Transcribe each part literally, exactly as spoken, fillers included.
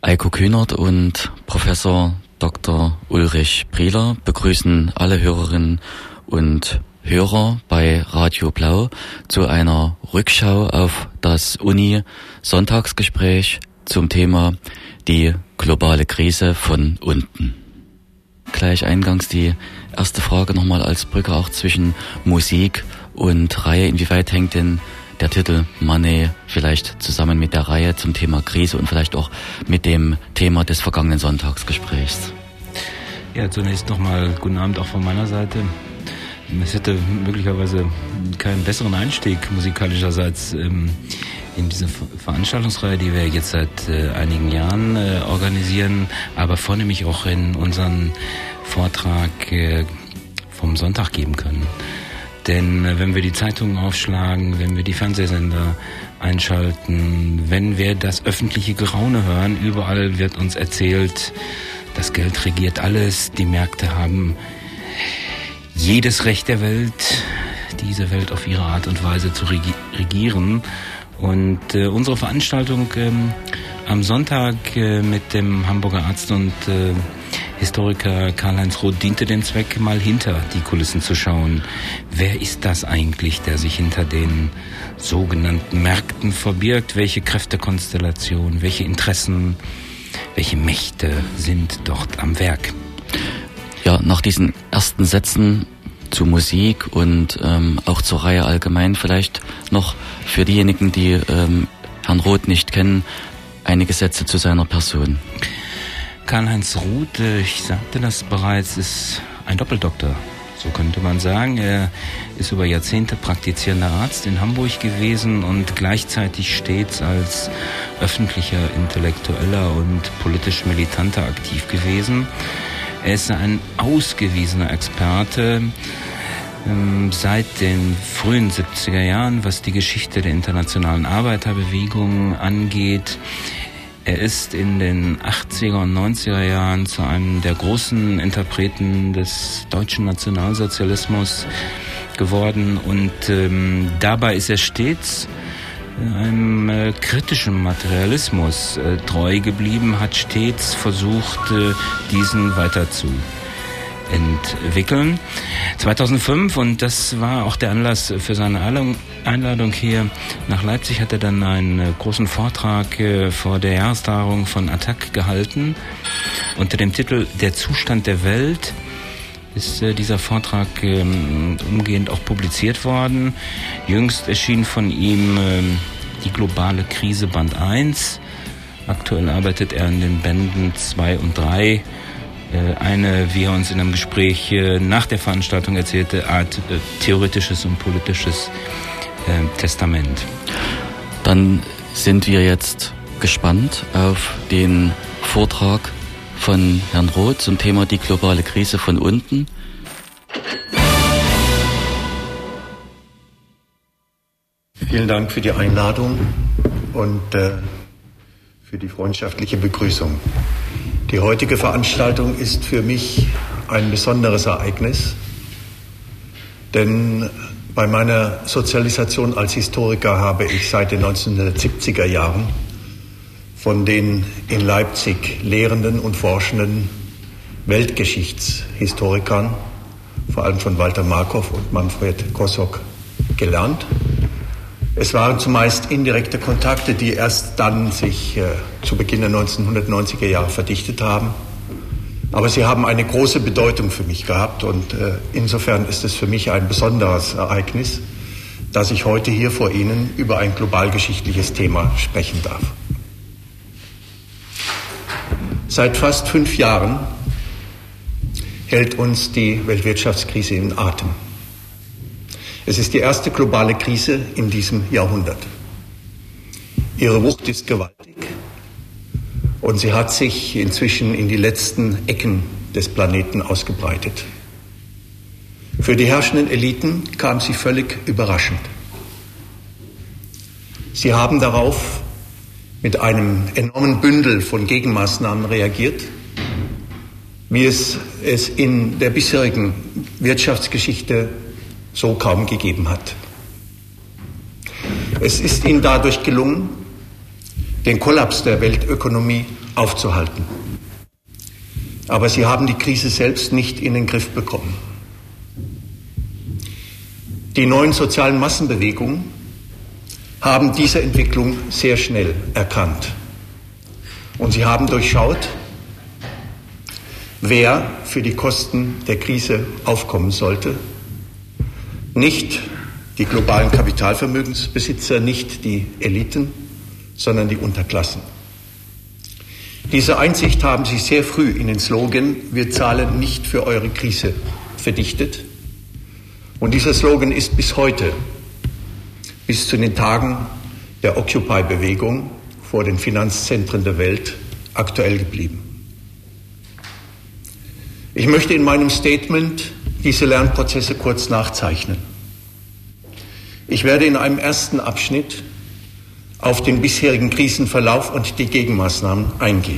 Eiko Kühnert und Professor Doktor Ulrich Prieler begrüßen alle Hörerinnen und Hörer bei Radio Blau zu einer Rückschau auf das Uni-Sonntagsgespräch zum Thema die globale Krise von unten. Gleich eingangs die erste Frage nochmal als Brücke auch zwischen Musik und Reihe. Inwieweit hängt denn der Titel Money vielleicht zusammen mit der Reihe zum Thema Krise und vielleicht auch mit dem Thema des vergangenen Sonntagsgesprächs? Ja, zunächst nochmal guten Abend auch von meiner Seite. Es hätte möglicherweise keinen besseren Einstieg musikalischerseits ähm, in diese Veranstaltungsreihe, die wir jetzt seit äh, einigen Jahren äh, organisieren, aber vornehmlich auch in unseren Vortrag äh, vom Sonntag geben können. Denn äh, wenn wir die Zeitungen aufschlagen, wenn wir die Fernsehsender einschalten, wenn wir das öffentliche Geraune hören, überall wird uns erzählt, das Geld regiert alles, die Märkte haben jedes Recht der Welt, diese Welt auf ihre Art und Weise zu regi- regieren. Und äh, unsere Veranstaltung ähm, am Sonntag äh, mit dem Hamburger Arzt und äh, Historiker Karl-Heinz Roth diente dem Zweck, mal hinter die Kulissen zu schauen. Wer ist das eigentlich, der sich hinter den sogenannten Märkten verbirgt? Welche Kräftekonstellationen, welche Interessen, welche Mächte sind dort am Werk? Ja, nach diesen ersten Sätzen zu Musik und ähm, auch zur Reihe allgemein vielleicht noch für diejenigen, die ähm, Herrn Roth nicht kennen, einige Sätze zu seiner Person. Karl-Heinz Roth, äh, ich sagte das bereits, ist ein Doppeldoktor, so könnte man sagen. Er ist über Jahrzehnte praktizierender Arzt in Hamburg gewesen und gleichzeitig stets als öffentlicher Intellektueller und politisch Militanter aktiv gewesen. Er ist ein ausgewiesener Experte ähm, seit den frühen siebziger Jahren, was die Geschichte der internationalen Arbeiterbewegung angeht. Er ist in den achtziger und neunziger Jahren zu einem der großen Interpreten des deutschen Nationalsozialismus geworden und ähm, dabei ist er stets einem äh, kritischen Materialismus äh, treu geblieben, hat stets versucht, äh, diesen weiter zu entwickeln. zweitausendfünf, und das war auch der Anlass für seine Einladung hier nach Leipzig, hat er dann einen äh, großen Vortrag äh, vor der Jahrestagung von Attac gehalten. Unter dem Titel Der Zustand der Welt ist äh, dieser Vortrag ähm, umgehend auch publiziert worden. Jüngst erschien von ihm ähm, die globale Krise Band eins. Aktuell arbeitet er an den Bänden zwei und drei. Äh, eine, wie er uns in einem Gespräch äh, nach der Veranstaltung erzählte, Art äh, theoretisches und politisches äh, Testament. Dann sind wir jetzt gespannt auf den Vortrag von Herrn Roth zum Thema die globale Krise von unten. Vielen Dank für die Einladung und äh, für die freundschaftliche Begrüßung. Die heutige Veranstaltung ist für mich ein besonderes Ereignis, denn bei meiner Sozialisation als Historiker habe ich seit den neunzehnhundertsiebziger Jahren von den in Leipzig lehrenden und forschenden Weltgeschichtshistorikern, vor allem von Walter Markov und Manfred Kossock, gelernt. Es waren zumeist indirekte Kontakte, die erst dann sich äh, zu Beginn der neunzehnhundertneunziger Jahre verdichtet haben. Aber sie haben eine große Bedeutung für mich gehabt und äh, insofern ist es für mich ein besonderes Ereignis, dass ich heute hier vor Ihnen über ein globalgeschichtliches Thema sprechen darf. Seit fast fünf Jahren hält uns die Weltwirtschaftskrise in Atem. Es ist die erste globale Krise in diesem Jahrhundert. Ihre Wucht ist gewaltig und sie hat sich inzwischen in die letzten Ecken des Planeten ausgebreitet. Für die herrschenden Eliten kam sie völlig überraschend. Sie haben darauf mit einem enormen Bündel von Gegenmaßnahmen reagiert, wie es es in der bisherigen Wirtschaftsgeschichte so kaum gegeben hat. Es ist ihnen dadurch gelungen, den Kollaps der Weltökonomie aufzuhalten. Aber sie haben die Krise selbst nicht in den Griff bekommen. Die neuen sozialen Massenbewegungen haben diese Entwicklung sehr schnell erkannt. Und sie haben durchschaut, wer für die Kosten der Krise aufkommen sollte. Nicht die globalen Kapitalvermögensbesitzer, nicht die Eliten, sondern die Unterklassen. Diese Einsicht haben sie sehr früh in den Slogan „Wir zahlen nicht für eure Krise" verdichtet. Und dieser Slogan ist bis heute, bis zu den Tagen der Occupy-Bewegung vor den Finanzzentren der Welt, aktuell geblieben. Ich möchte in meinem Statement diese Lernprozesse kurz nachzeichnen. Ich werde in einem ersten Abschnitt auf den bisherigen Krisenverlauf und die Gegenmaßnahmen eingehen.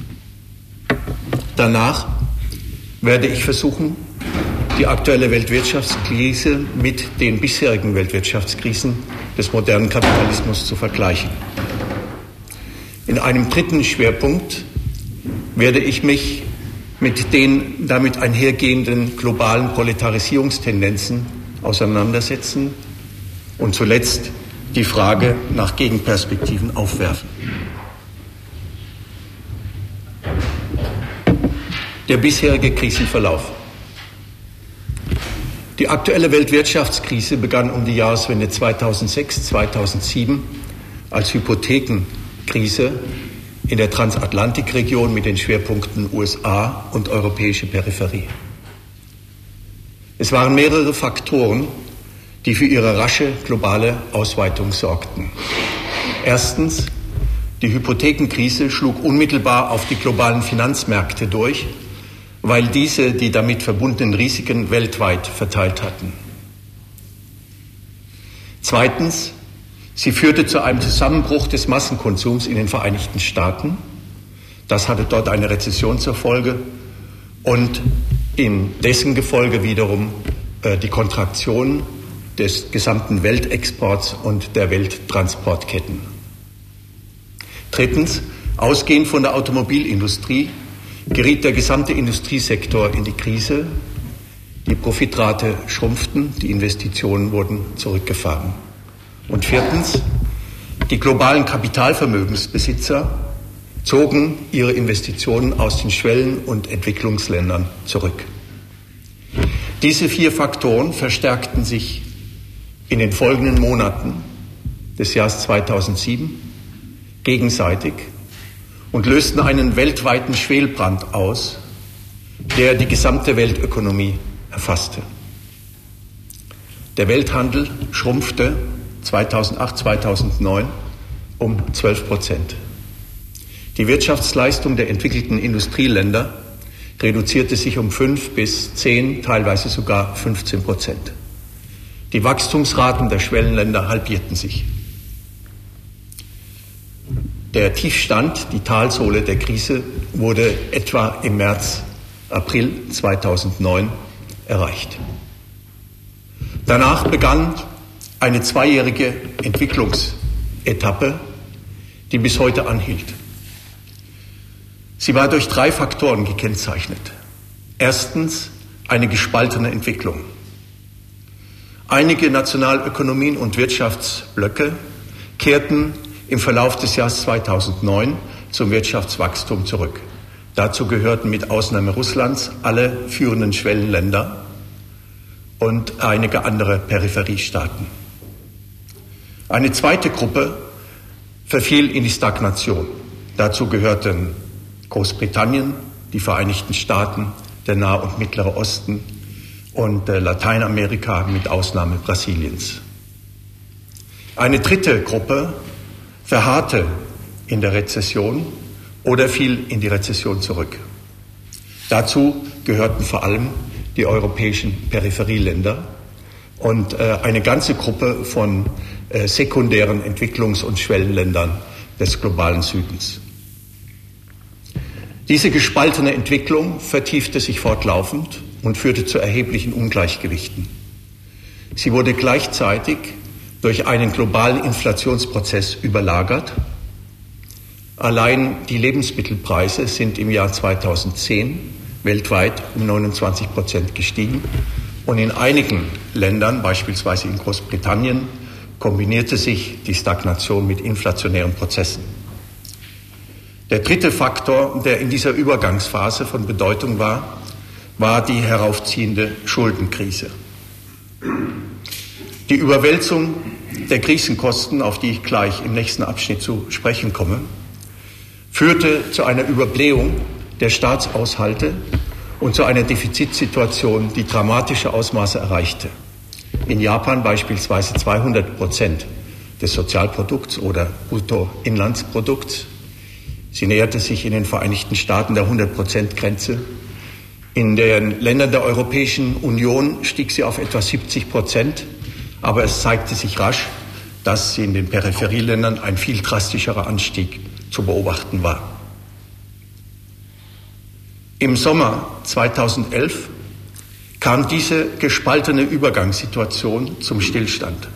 Danach werde ich versuchen, die aktuelle Weltwirtschaftskrise mit den bisherigen Weltwirtschaftskrisen des modernen Kapitalismus zu vergleichen. In einem dritten Schwerpunkt werde ich mich mit den damit einhergehenden globalen Proletarisierungstendenzen auseinandersetzen und zuletzt die Frage nach Gegenperspektiven aufwerfen. Der bisherige Krisenverlauf. Die aktuelle Weltwirtschaftskrise begann um die Jahreswende zweitausendsechs zweitausendsieben als Hypothekenkrise in der Transatlantikregion mit den Schwerpunkten U S A und europäische Peripherie. Es waren mehrere Faktoren, die für ihre rasche globale Ausweitung sorgten. Erstens, die Hypothekenkrise schlug unmittelbar auf die globalen Finanzmärkte durch, weil diese die damit verbundenen Risiken weltweit verteilt hatten. Zweitens, sie führte zu einem Zusammenbruch des Massenkonsums in den Vereinigten Staaten. Das hatte dort eine Rezession zur Folge und in dessen Gefolge wiederum äh, die Kontraktion des gesamten Weltexports und der Welttransportketten. Drittens, ausgehend von der Automobilindustrie geriet der gesamte Industriesektor in die Krise. Die Profitrate schrumpften, die Investitionen wurden zurückgefahren. Und viertens, die globalen Kapitalvermögensbesitzer zogen ihre Investitionen aus den Schwellen- und Entwicklungsländern zurück. Diese vier Faktoren verstärkten sich in den folgenden Monaten des Jahres zweitausendsieben gegenseitig und lösten einen weltweiten Schwelbrand aus, der die gesamte Weltökonomie erfasste. Der Welthandel schrumpfte zweitausendacht, zweitausendneun um zwölf Prozent. Die Wirtschaftsleistung der entwickelten Industrieländer reduzierte sich um fünf bis zehn, teilweise sogar fünfzehn Prozent. Die Wachstumsraten der Schwellenländer halbierten sich. Der Tiefstand, die Talsohle der Krise, wurde etwa im März, April zweitausendneun erreicht. Danach begann eine zweijährige Entwicklungsetappe, die bis heute anhielt. Sie war durch drei Faktoren gekennzeichnet. Erstens eine gespaltene Entwicklung. Einige Nationalökonomien und Wirtschaftsblöcke kehrten im Verlauf des Jahres zweitausendneun zum Wirtschaftswachstum zurück. Dazu gehörten mit Ausnahme Russlands alle führenden Schwellenländer und einige andere Peripheriestaaten. Eine zweite Gruppe verfiel in die Stagnation. Dazu gehörten Großbritannien, die Vereinigten Staaten, der Nahe und Mittlere Osten und Lateinamerika mit Ausnahme Brasiliens. Eine dritte Gruppe verharrte in der Rezession oder fiel in die Rezession zurück. Dazu gehörten vor allem die europäischen Peripherieländer und äh, eine ganze Gruppe von äh, sekundären Entwicklungs- und Schwellenländern des globalen Südens. Diese gespaltene Entwicklung vertiefte sich fortlaufend und führte zu erheblichen Ungleichgewichten. Sie wurde gleichzeitig durch einen globalen Inflationsprozess überlagert, Allein die Lebensmittelpreise sind im Jahr zweitausendzehn weltweit um neunundzwanzig Prozent gestiegen. Und in einigen Ländern, beispielsweise in Großbritannien, kombinierte sich die Stagnation mit inflationären Prozessen. Der dritte Faktor, der in dieser Übergangsphase von Bedeutung war, war die heraufziehende Schuldenkrise. Die Überwälzung der Krisenkosten, auf die ich gleich im nächsten Abschnitt zu sprechen komme, führte zu einer Überblähung der Staatshaushalte und zu einer Defizitsituation, die dramatische Ausmaße erreichte. In Japan beispielsweise zweihundert Prozent des Sozialprodukts oder Bruttoinlandsprodukts. Sie näherte sich in den Vereinigten Staaten der hundert Prozent Grenze. In den Ländern der Europäischen Union stieg sie auf etwa siebzig Prozent, aber es zeigte sich rasch, dass in den Peripherieländern ein viel drastischerer Anstieg zu beobachten war. Im Sommer zweitausendelf kam diese gespaltene Übergangssituation zum Stillstand.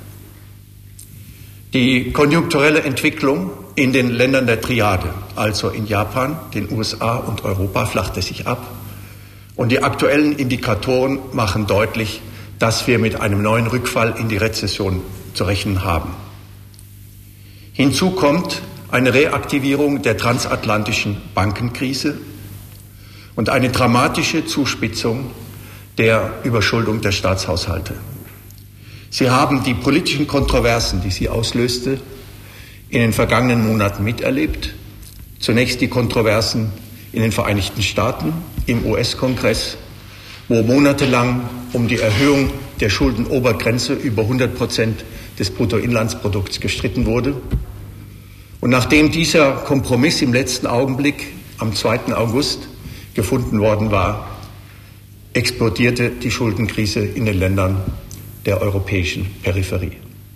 Die konjunkturelle Entwicklung in den Ländern der Triade, also in Japan, den U S A und Europa, flachte sich ab. Und die aktuellen Indikatoren machen deutlich, dass wir mit einem neuen Rückfall in die Rezession zu rechnen haben. Hinzu kommt eine Reaktivierung der transatlantischen Bankenkrise und eine dramatische Zuspitzung der Überschuldung der Staatshaushalte. Sie haben die politischen Kontroversen, die sie auslöste, in den vergangenen Monaten miterlebt. Zunächst die Kontroversen in den Vereinigten Staaten, im U S-Kongress, wo monatelang um die Erhöhung der Schuldenobergrenze über hundert Prozent des Bruttoinlandsprodukts gestritten wurde. Und nachdem dieser Kompromiss im letzten Augenblick am zweiten August gefunden worden war, explodierte die Schuldenkrise in den Ländern der europäischen Peripherie.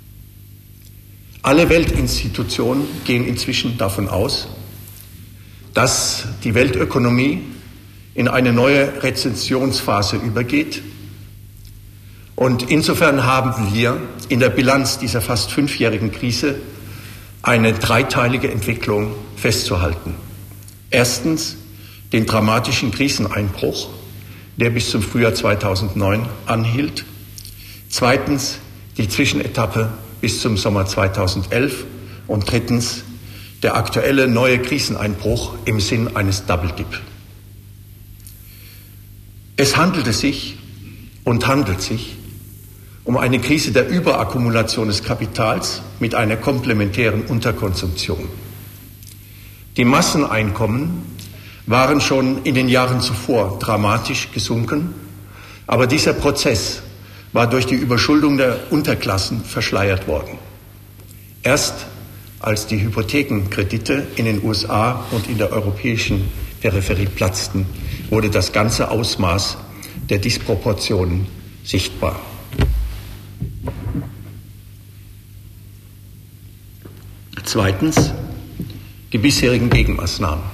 Alle Weltinstitutionen gehen inzwischen davon aus, dass die Weltökonomie in eine neue Rezessionsphase übergeht. Und insofern haben wir in der Bilanz dieser fast fünfjährigen Krise eine dreiteilige Entwicklung festzuhalten. Erstens den dramatischen Kriseneinbruch, der bis zum Frühjahr zweitausendneun anhielt. Zweitens die Zwischenetappe bis zum Sommer zweitausendelf. Und drittens der aktuelle neue Kriseneinbruch im Sinn eines Double Dip. Es handelte sich und handelt sich um eine Krise der Überakkumulation des Kapitals mit einer komplementären Unterkonsumption. Die Masseneinkommen waren schon in den Jahren zuvor dramatisch gesunken, aber dieser Prozess war durch die Überschuldung der Unterklassen verschleiert worden. Erst als die Hypothekenkredite in den U S A und in der europäischen Peripherie platzten, wurde das ganze Ausmaß der Disproportionen sichtbar. Zweitens, die bisherigen Gegenmaßnahmen.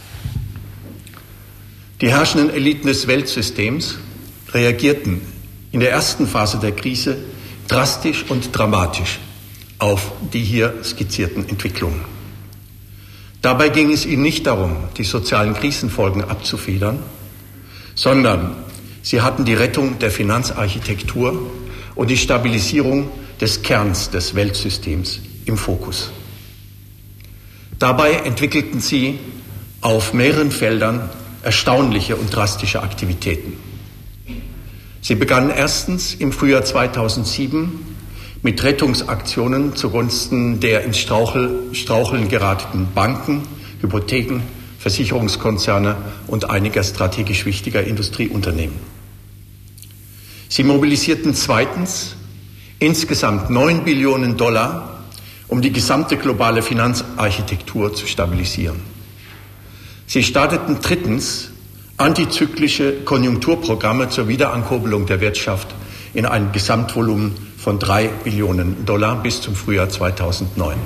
Die herrschenden Eliten des Weltsystems reagierten in der ersten Phase der Krise drastisch und dramatisch auf die hier skizzierten Entwicklungen. Dabei ging es ihnen nicht darum, die sozialen Krisenfolgen abzufedern, sondern sie hatten die Rettung der Finanzarchitektur und die Stabilisierung des Kerns des Weltsystems im Fokus. Dabei entwickelten sie auf mehreren Feldern erstaunliche und drastische Aktivitäten. Sie begannen erstens im Frühjahr zweitausendsieben mit Rettungsaktionen zugunsten der ins Strauchel, Straucheln geratenen Banken, Hypotheken, Versicherungskonzerne und einiger strategisch wichtiger Industrieunternehmen. Sie mobilisierten zweitens insgesamt neun Billionen Dollar, um die gesamte globale Finanzarchitektur zu stabilisieren. Sie starteten drittens antizyklische Konjunkturprogramme zur Wiederankurbelung der Wirtschaft in einem Gesamtvolumen von drei Billionen Dollar bis zum Frühjahr zweitausendneun.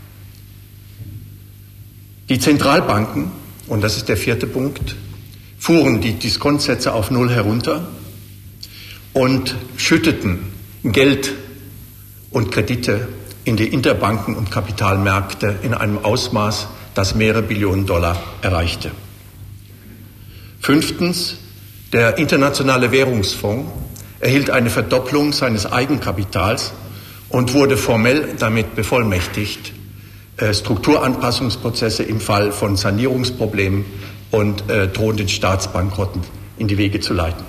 Die Zentralbanken, und das ist der vierte Punkt, fuhren die Diskontsätze auf Null herunter und schütteten Geld und Kredite in die Interbanken- und Kapitalmärkte in einem Ausmaß, das mehrere Billionen Dollar erreichte. Fünftens, der Internationale Währungsfonds erhielt eine Verdopplung seines Eigenkapitals und wurde formell damit bevollmächtigt, Strukturanpassungsprozesse im Fall von Sanierungsproblemen und äh, drohenden Staatsbankrotten in die Wege zu leiten.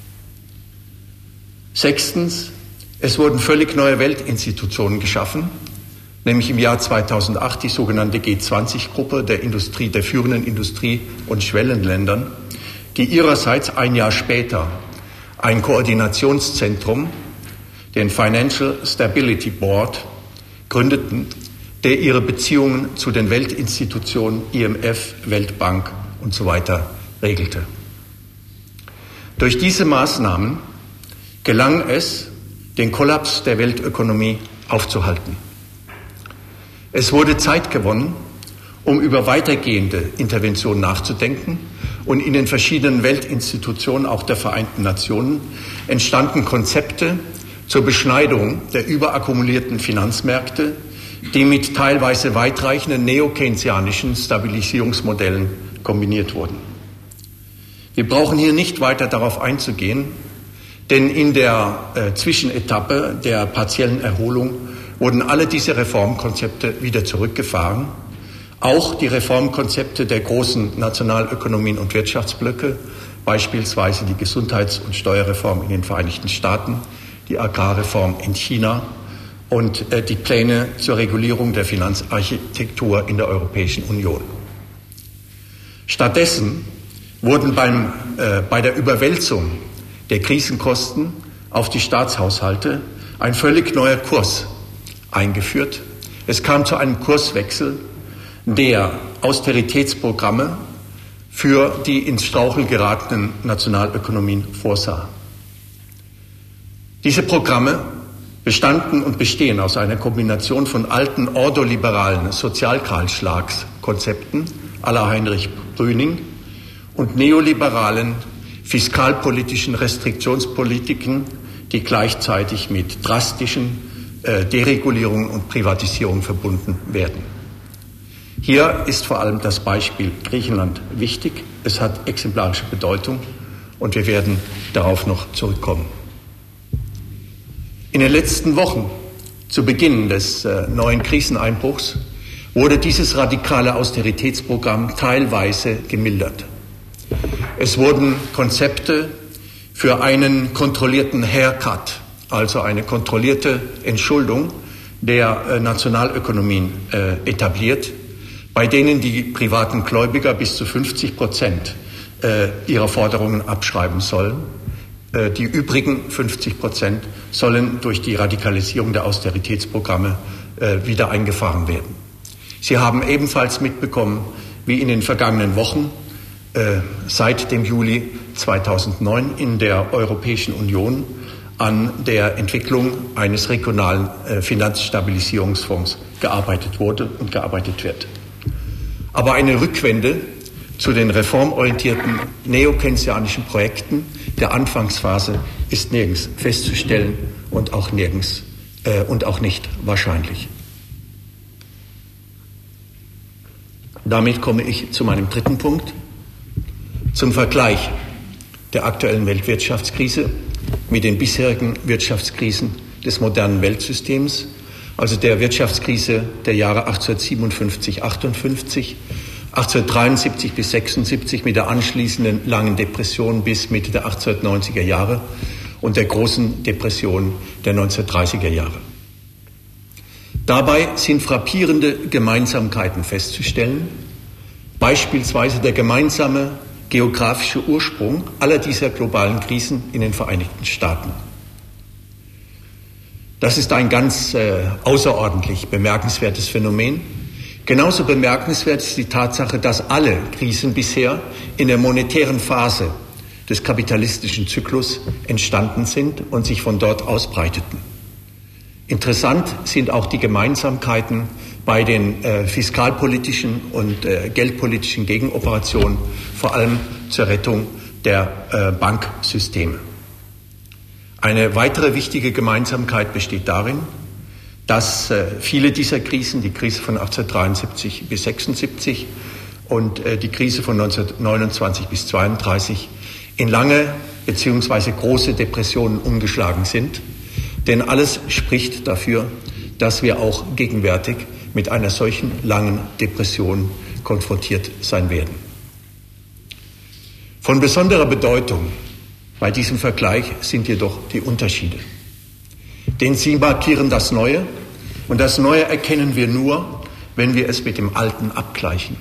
Sechstens, es wurden völlig neue Weltinstitutionen geschaffen, nämlich im Jahr zweitausendacht die sogenannte G zwanzig Gruppe der Industrie, der führenden Industrie- und Schwellenländern, die ihrerseits ein Jahr später ein Koordinationszentrum, den Financial Stability Board, gründeten, der ihre Beziehungen zu den Weltinstitutionen I M F, Weltbank und so weiter regelte. Durch diese Maßnahmen gelang es, den Kollaps der Weltökonomie aufzuhalten. Es wurde Zeit gewonnen, um über weitergehende Interventionen nachzudenken, und in den verschiedenen Weltinstitutionen, auch der Vereinten Nationen, entstanden Konzepte zur Beschneidung der überakkumulierten Finanzmärkte, die mit teilweise weitreichenden neo-keynesianischen Stabilisierungsmodellen kombiniert wurden. Wir brauchen hier nicht weiter darauf einzugehen, denn in der äh, Zwischenetappe der partiellen Erholung wurden alle diese Reformkonzepte wieder zurückgefahren. Auch die Reformkonzepte der großen Nationalökonomien und Wirtschaftsblöcke, beispielsweise die Gesundheits- und Steuerreform in den Vereinigten Staaten, die Agrarreform in China und äh, die Pläne zur Regulierung der Finanzarchitektur in der Europäischen Union. Stattdessen wurden beim, äh, bei der Überwälzung der Krisenkosten auf die Staatshaushalte ein völlig neuer Kurs eingeführt. Es kam zu einem Kurswechsel, der Austeritätsprogramme für die ins Straucheln geratenen Nationalökonomien vorsah. Diese Programme bestanden und bestehen aus einer Kombination von alten ordoliberalen Sozialkahlschlagskonzepten à la Heinrich Brüning und neoliberalen fiskalpolitischen Restriktionspolitiken, die gleichzeitig mit drastischen äh, Deregulierungen und Privatisierungen verbunden werden. Hier ist vor allem das Beispiel Griechenland wichtig. Es hat exemplarische Bedeutung und wir werden darauf noch zurückkommen. In den letzten Wochen, zu Beginn des äh, neuen Kriseneinbruchs, wurde dieses radikale Austeritätsprogramm teilweise gemildert. Es wurden Konzepte für einen kontrollierten Haircut, also eine kontrollierte Entschuldung der äh, Nationalökonomien äh, etabliert, bei denen die privaten Gläubiger bis zu fünfzig Prozent äh, ihrer Forderungen abschreiben sollen. Äh, die übrigen fünfzig Prozent sollen durch die Radikalisierung der Austeritätsprogramme äh, wieder eingefahren werden. Sie haben ebenfalls mitbekommen, wie in den vergangenen Wochen äh, seit dem Juli zweitausendneun in der Europäischen Union an der Entwicklung eines regionalen äh, Finanzstabilisierungsfonds gearbeitet wurde und gearbeitet wird. Aber eine Rückwende zu den reformorientierten neo-keynesianischen Projekten der Anfangsphase ist nirgends festzustellen und auch nirgends äh, und auch nicht wahrscheinlich. Damit komme ich zu meinem dritten Punkt, zum Vergleich der aktuellen Weltwirtschaftskrise mit den bisherigen Wirtschaftskrisen des modernen Weltsystems, also der Wirtschaftskrise der Jahre achtzehnhundertsiebenundfünfzig achtundfünfzig, achtzehnhundertdreiundsiebzig bis sechsundsiebzig mit der anschließenden langen Depression bis Mitte der achtzehnhundertneunziger Jahre und der großen Depression der neunzehnhundertdreißiger Jahre. Dabei sind frappierende Gemeinsamkeiten festzustellen, beispielsweise der gemeinsame geografische Ursprung aller dieser globalen Krisen in den Vereinigten Staaten. Das ist ein ganz äh, außerordentlich bemerkenswertes Phänomen. Genauso bemerkenswert ist die Tatsache, dass alle Krisen bisher in der monetären Phase des kapitalistischen Zyklus entstanden sind und sich von dort ausbreiteten. Interessant sind auch die Gemeinsamkeiten bei den äh, fiskalpolitischen und äh, geldpolitischen Gegenoperationen, vor allem zur Rettung der äh, Banksysteme. Eine weitere wichtige Gemeinsamkeit besteht darin, dass äh, viele dieser Krisen, die Krise von achtzehnhundertdreiundsiebzig bis sechsundsiebzig und äh, die Krise von neunzehnhundertneunundzwanzig bis zweiunddreißig in lange bzw. große Depressionen umgeschlagen sind. Denn alles spricht dafür, dass wir auch gegenwärtig mit einer solchen langen Depression konfrontiert sein werden. Von besonderer Bedeutung bei diesem Vergleich sind jedoch die Unterschiede. Denn sie markieren das Neue, und das Neue erkennen wir nur, wenn wir es mit dem Alten abgleichen.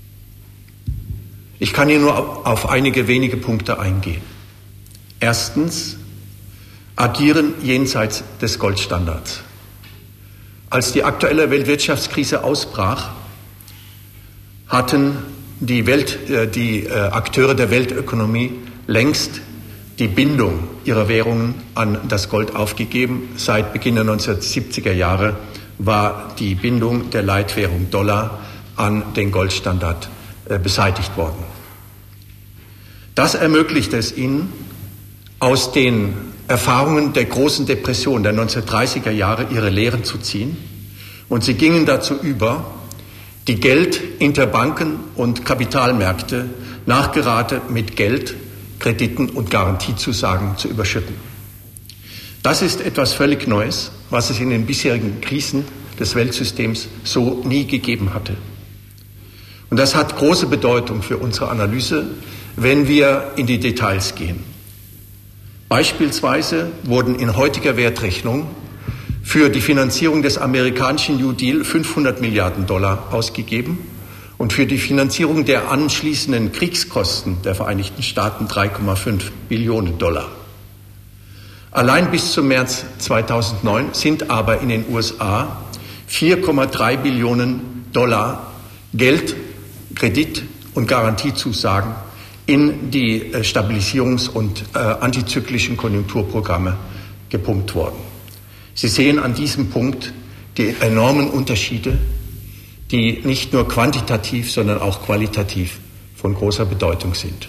Ich kann hier nur auf einige wenige Punkte eingehen. Erstens, agieren jenseits des Goldstandards. Als die aktuelle Weltwirtschaftskrise ausbrach, hatten die, Welt, äh, die äh, Akteure der Weltökonomie längst die Bindung ihrer Währungen an das Gold aufgegeben. Seit Beginn der neunzehnhundertsiebziger Jahre war die Bindung der Leitwährung Dollar an den Goldstandard äh, beseitigt worden. Das ermöglichte es ihnen, aus den Erfahrungen der großen Depression der neunzehnhundertdreißiger Jahre ihre Lehren zu ziehen, und sie gingen dazu über, die Geld-, Interbanken- und Kapitalmärkte nachgerade mit Geld, Krediten und Garantiezusagen zu überschütten. Das ist etwas völlig Neues, was es in den bisherigen Krisen des Weltsystems so nie gegeben hatte. Und das hat große Bedeutung für unsere Analyse, wenn wir in die Details gehen. Beispielsweise wurden in heutiger Wertrechnung für die Finanzierung des amerikanischen New Deal fünfhundert Milliarden Dollar ausgegeben und für die Finanzierung der anschließenden Kriegskosten der Vereinigten Staaten drei Komma fünf Billionen Dollar. Allein bis zum März zweitausendneun sind aber in den U S A vier Komma drei Billionen Dollar Geld, Kredit und Garantiezusagen in die Stabilisierungs- und äh, antizyklischen Konjunkturprogramme gepumpt worden. Sie sehen an diesem Punkt die enormen Unterschiede, die nicht nur quantitativ, sondern auch qualitativ von großer Bedeutung sind.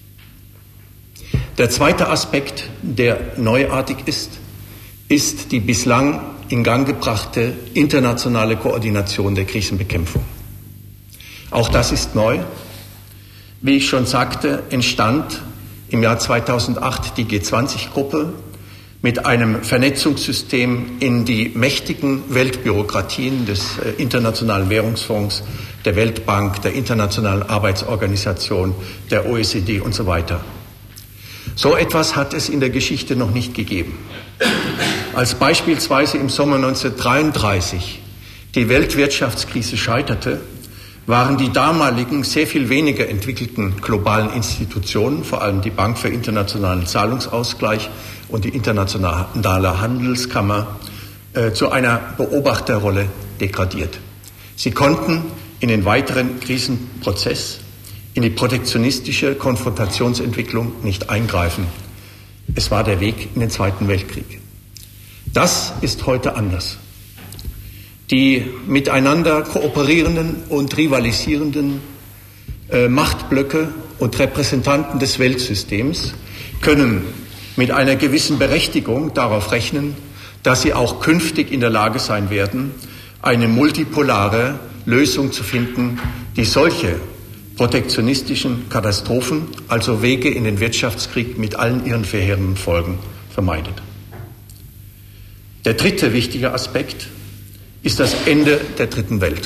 Der zweite Aspekt, der neuartig ist, ist die bislang in Gang gebrachte internationale Koordination der Krisenbekämpfung. Auch das ist neu. Wie ich schon sagte, entstand im Jahr zweitausendacht die G zwanzig Gruppe mit einem Vernetzungssystem in die mächtigen Weltbürokratien des Internationalen Währungsfonds, der Weltbank, der Internationalen Arbeitsorganisation, der O E C D und so weiter. So etwas hat es in der Geschichte noch nicht gegeben. Als beispielsweise im Sommer neunzehnhundertdreiunddreißig die Weltwirtschaftskrise scheiterte, waren die damaligen sehr viel weniger entwickelten globalen Institutionen, vor allem die Bank für internationalen Zahlungsausgleich und die Internationale Handelskammer, äh, zu einer Beobachterrolle degradiert. Sie konnten in den weiteren Krisenprozess, in die protektionistische Konfrontationsentwicklung nicht eingreifen. Es war der Weg in den Zweiten Weltkrieg. Das ist heute anders. Die miteinander kooperierenden und rivalisierenden äh, Machtblöcke und Repräsentanten des Weltsystems können mit einer gewissen Berechtigung darauf rechnen, dass sie auch künftig in der Lage sein werden, eine multipolare Lösung zu finden, die solche protektionistischen Katastrophen, also Wege in den Wirtschaftskrieg mit allen ihren verheerenden Folgen, vermeidet. Der dritte wichtige Aspekt ist das Ende der Dritten Welt.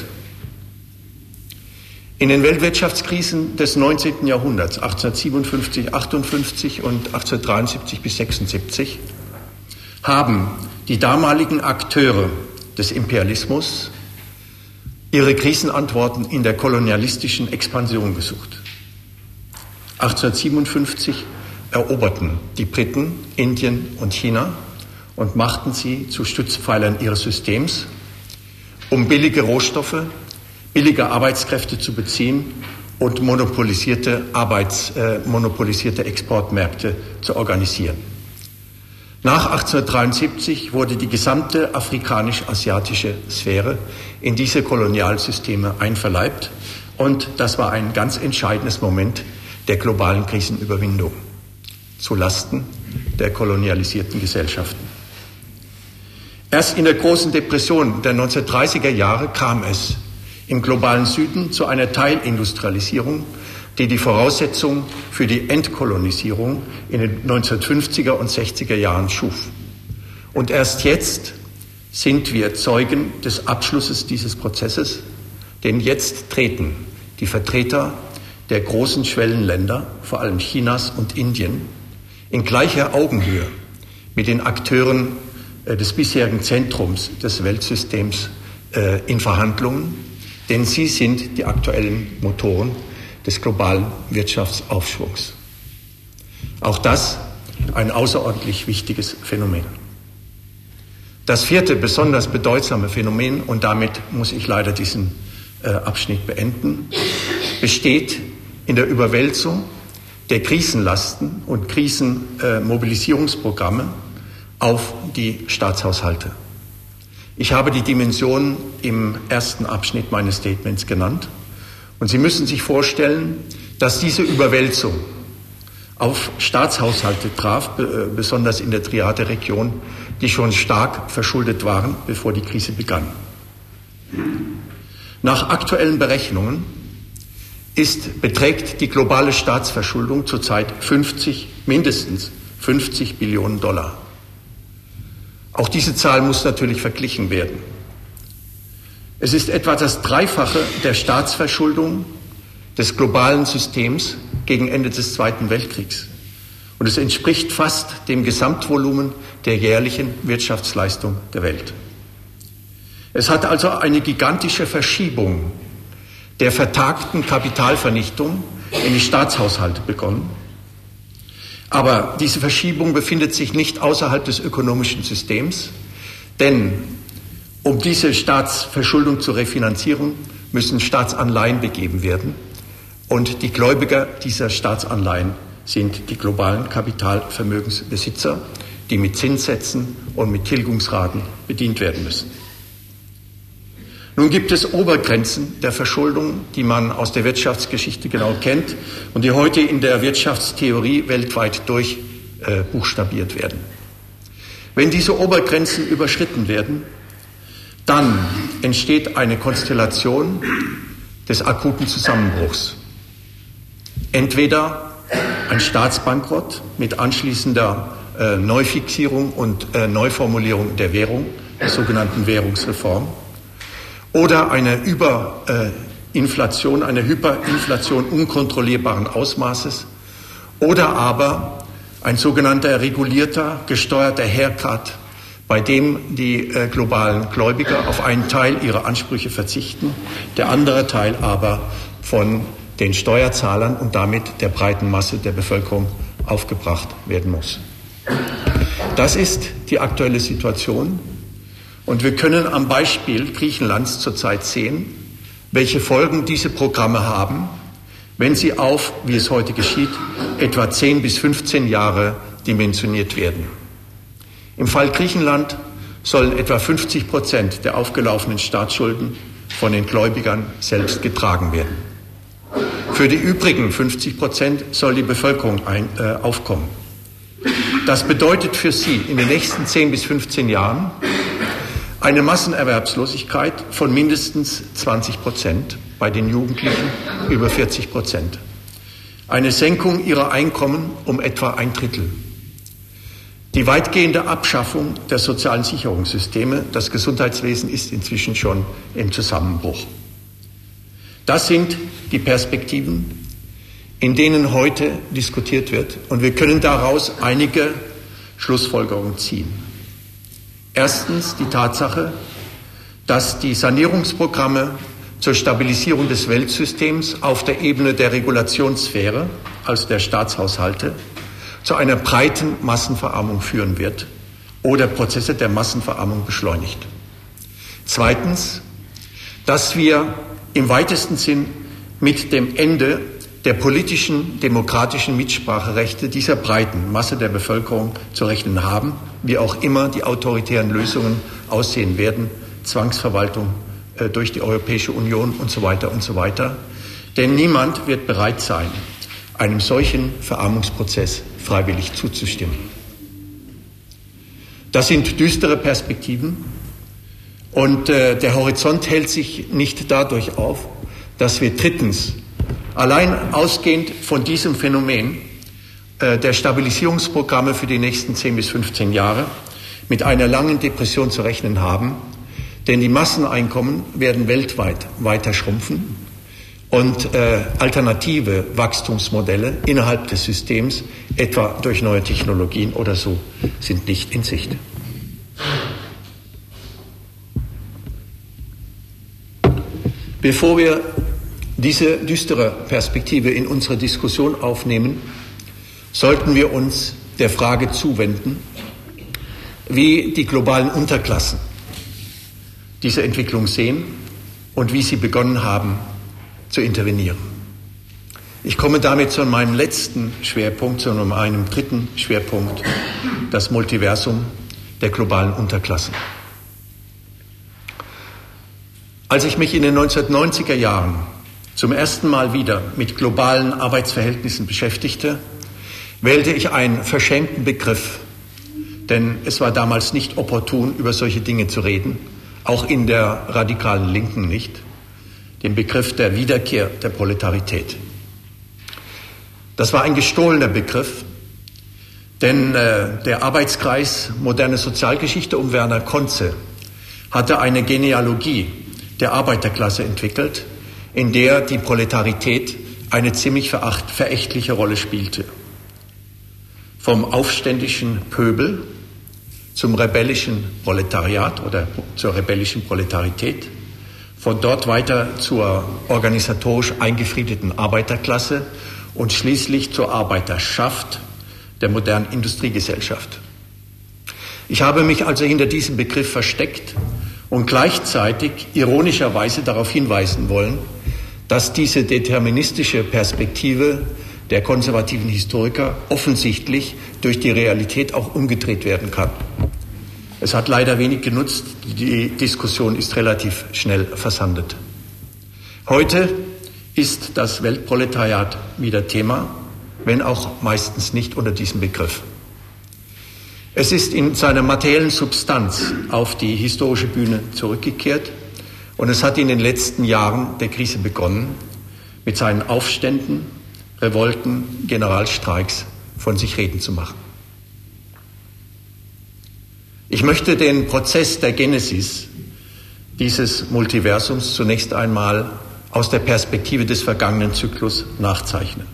In den Weltwirtschaftskrisen des neunzehnten Jahrhunderts, achtzehnhundertsiebenundfünfzig, achtundfünfzig und achtzehnhundertdreiundsiebzig bis sechsundsiebzig, haben die damaligen Akteure des Imperialismus ihre Krisenantworten in der kolonialistischen Expansion gesucht. achtzehnhundertsiebenundfünfzig eroberten die Briten Indien und China und machten sie zu Stützpfeilern ihres Systems, um billige Rohstoffe, billige Arbeitskräfte zu beziehen und monopolisierte, Arbeits, äh, monopolisierte Exportmärkte zu organisieren. Nach achtzehnhundertdreiundsiebzig wurde die gesamte afrikanisch-asiatische Sphäre in diese Kolonialsysteme einverleibt, und das war ein ganz entscheidendes Moment der globalen Krisenüberwindung zu Lasten der kolonialisierten Gesellschaften. Erst in der großen Depression der neunzehnhundertdreißiger Jahre kam es im globalen Süden zu einer Teilindustrialisierung, die die Voraussetzung für die Entkolonisierung in den neunzehnhundertfünfziger und sechziger Jahren schuf. Und erst jetzt sind wir Zeugen des Abschlusses dieses Prozesses, denn jetzt treten die Vertreter der großen Schwellenländer, vor allem Chinas und Indien, in gleicher Augenhöhe mit den Akteuren äh, des bisherigen Zentrums des Weltsystems äh, in Verhandlungen, denn sie sind die aktuellen Motoren des globalen Wirtschaftsaufschwungs. Auch das ein außerordentlich wichtiges Phänomen. Das vierte besonders bedeutsame Phänomen, und damit muss ich leider diesen äh, Abschnitt beenden, besteht in der Überwälzung der Krisenlasten und Krisenmobilisierungsprogramme äh, auf die Staatshaushalte. Ich habe die Dimensionen im ersten Abschnitt meines Statements genannt. Und Sie müssen sich vorstellen, dass diese Überwälzung auf Staatshaushalte traf, besonders in der Triade-Region, die schon stark verschuldet waren, bevor die Krise begann. Nach aktuellen Berechnungen ist, beträgt die globale Staatsverschuldung zurzeit fünfzig, mindestens fünfzig Billionen Dollar. Auch diese Zahl muss natürlich verglichen werden. Es ist etwa das Dreifache der Staatsverschuldung des globalen Systems gegen Ende des Zweiten Weltkriegs. Und es entspricht fast dem Gesamtvolumen der jährlichen Wirtschaftsleistung der Welt. Es hat also eine gigantische Verschiebung der vertagten Kapitalvernichtung in die Staatshaushalte begonnen. Aber diese Verschiebung befindet sich nicht außerhalb des ökonomischen Systems, denn um diese Staatsverschuldung zu refinanzieren, müssen Staatsanleihen begeben werden. Und die Gläubiger dieser Staatsanleihen sind die globalen Kapitalvermögensbesitzer, die mit Zinssätzen und mit Tilgungsraten bedient werden müssen. Nun gibt es Obergrenzen der Verschuldung, die man aus der Wirtschaftsgeschichte genau kennt und die heute in der Wirtschaftstheorie weltweit durchbuchstabiert äh, werden. Wenn diese Obergrenzen überschritten werden, dann entsteht eine Konstellation des akuten Zusammenbruchs. Entweder ein Staatsbankrott mit anschließender äh, Neufixierung und äh, Neuformulierung der Währung, der sogenannten Währungsreform, oder eine Überinflation, eine Hyperinflation unkontrollierbaren Ausmaßes, oder aber ein sogenannter regulierter, gesteuerter Haircut, bei dem die äh, globalen Gläubiger auf einen Teil ihrer Ansprüche verzichten, der andere Teil aber von den Steuerzahlern und damit der breiten Masse der Bevölkerung aufgebracht werden muss. Das ist die aktuelle Situation. Und wir können am Beispiel Griechenlands zurzeit sehen, welche Folgen diese Programme haben, wenn sie auf, wie es heute geschieht, etwa zehn bis fünfzehn Jahre dimensioniert werden. Im Fall Griechenland sollen etwa fünfzig Prozent der aufgelaufenen Staatsschulden von den Gläubigern selbst getragen werden. Für die übrigen fünfzig Prozent soll die Bevölkerung ein, äh, aufkommen. Das bedeutet für sie in den nächsten zehn bis fünfzehn Jahren eine Massenerwerbslosigkeit von mindestens zwanzig Prozent, bei den Jugendlichen über vierzig Prozent. Eine Senkung ihrer Einkommen um etwa ein Drittel. Die weitgehende Abschaffung der sozialen Sicherungssysteme, das Gesundheitswesen ist inzwischen schon im Zusammenbruch. Das sind die Perspektiven, in denen heute diskutiert wird, und wir können daraus einige Schlussfolgerungen ziehen. Erstens die Tatsache, dass die Sanierungsprogramme zur Stabilisierung des Weltsystems auf der Ebene der Regulationssphäre, also der Staatshaushalte, zu einer breiten Massenverarmung führen wird oder Prozesse der Massenverarmung beschleunigt. Zweitens, dass wir im weitesten Sinn mit dem Ende der politischen, demokratischen Mitspracherechte dieser breiten Masse der Bevölkerung zu rechnen haben, wie auch immer die autoritären Lösungen aussehen werden, Zwangsverwaltung äh, durch die Europäische Union und so weiter und so weiter. Denn niemand wird bereit sein, einem solchen Verarmungsprozess freiwillig zuzustimmen. Das sind düstere Perspektiven und äh, der Horizont hält sich nicht dadurch auf, dass wir drittens allein ausgehend von diesem Phänomen äh, der Stabilisierungsprogramme für die nächsten zehn bis fünfzehn Jahre mit einer langen Depression zu rechnen haben, denn die Masseneinkommen werden weltweit weiter schrumpfen und äh, alternative Wachstumsmodelle innerhalb des Systems, etwa durch neue Technologien oder so, sind nicht in Sicht. Bevor wir diese düstere Perspektive in unsere Diskussion aufnehmen, sollten wir uns der Frage zuwenden, wie die globalen Unterklassen diese Entwicklung sehen und wie sie begonnen haben zu intervenieren. Ich komme damit zu meinem letzten Schwerpunkt, zu meinem dritten Schwerpunkt, das Multiversum der globalen Unterklassen. Als ich mich in den neunzehnhundertneunziger Jahren zum ersten Mal wieder mit globalen Arbeitsverhältnissen beschäftigte, wählte ich einen verschämten Begriff, denn es war damals nicht opportun, über solche Dinge zu reden, auch in der radikalen Linken nicht, den Begriff der Wiederkehr der Proletarität. Das war ein gestohlener Begriff, denn äh, der Arbeitskreis Moderne Sozialgeschichte um Werner Conze hatte eine Genealogie der Arbeiterklasse entwickelt, in der die Proletarität eine ziemlich veracht, verächtliche Rolle spielte. Vom aufständischen Pöbel zum rebellischen Proletariat oder zur rebellischen Proletarität, von dort weiter zur organisatorisch eingefriedeten Arbeiterklasse und schließlich zur Arbeiterschaft der modernen Industriegesellschaft. Ich habe mich also hinter diesem Begriff versteckt und gleichzeitig ironischerweise darauf hinweisen wollen, dass diese deterministische Perspektive der konservativen Historiker offensichtlich durch die Realität auch umgedreht werden kann. Es hat leider wenig genutzt, die Diskussion ist relativ schnell versandet. Heute ist das Weltproletariat wieder Thema, wenn auch meistens nicht unter diesem Begriff. Es ist in seiner materiellen Substanz auf die historische Bühne zurückgekehrt und es hat in den letzten Jahren der Krise begonnen, mit seinen Aufständen, Revolten, Generalstreiks von sich reden zu machen. Ich möchte den Prozess der Genesis dieses Multiversums zunächst einmal aus der Perspektive des vergangenen Zyklus nachzeichnen.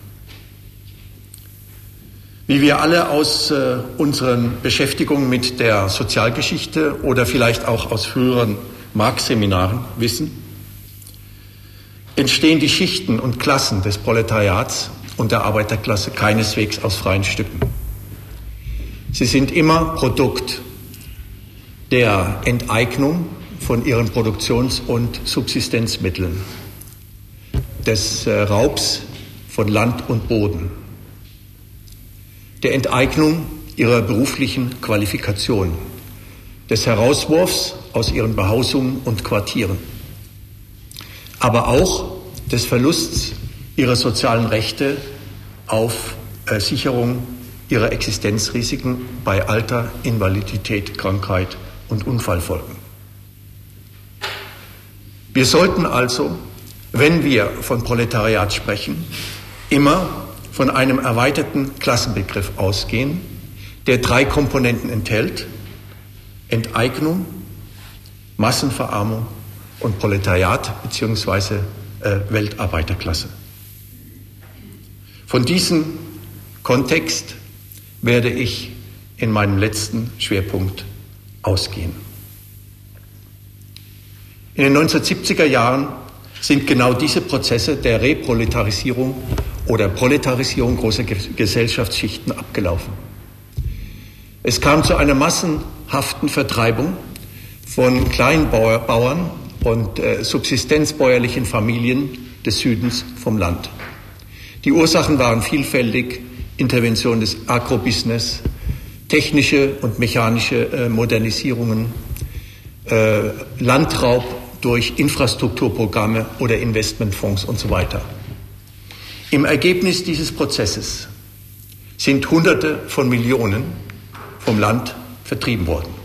Wie wir alle aus äh, unseren Beschäftigungen mit der Sozialgeschichte oder vielleicht auch aus früheren Marx-Seminaren wissen, entstehen die Schichten und Klassen des Proletariats und der Arbeiterklasse keineswegs aus freien Stücken. Sie sind immer Produkt der Enteignung von ihren Produktions- und Subsistenzmitteln, des äh, Raubs von Land und Boden, der Enteignung ihrer beruflichen Qualifikation, des Herauswurfs aus ihren Behausungen und Quartieren, aber auch des Verlusts ihrer sozialen Rechte auf äh, Sicherung ihrer Existenzrisiken bei Alter, Invalidität, Krankheit und Unfallfolgen. Wir sollten also, wenn wir von Proletariat sprechen, immer von einem erweiterten Klassenbegriff ausgehen, der drei Komponenten enthält: Enteignung, Massenverarmung und Proletariat bzw. Äh, Weltarbeiterklasse. Von diesem Kontext werde ich in meinem letzten Schwerpunkt ausgehen. In den neunzehnhundertsiebziger Jahren sind genau diese Prozesse der Reproletarisierung oder Proletarisierung großer Gesellschaftsschichten abgelaufen. Es kam zu einer massenhaften Vertreibung von Kleinbauern und äh, subsistenzbäuerlichen Familien des Südens vom Land. Die Ursachen waren vielfältig: Intervention des Agrobusiness, technische und mechanische äh, Modernisierungen, äh, Landraub durch Infrastrukturprogramme oder Investmentfonds und so weiter. Im Ergebnis dieses Prozesses sind Hunderte von Millionen vom Land vertrieben worden.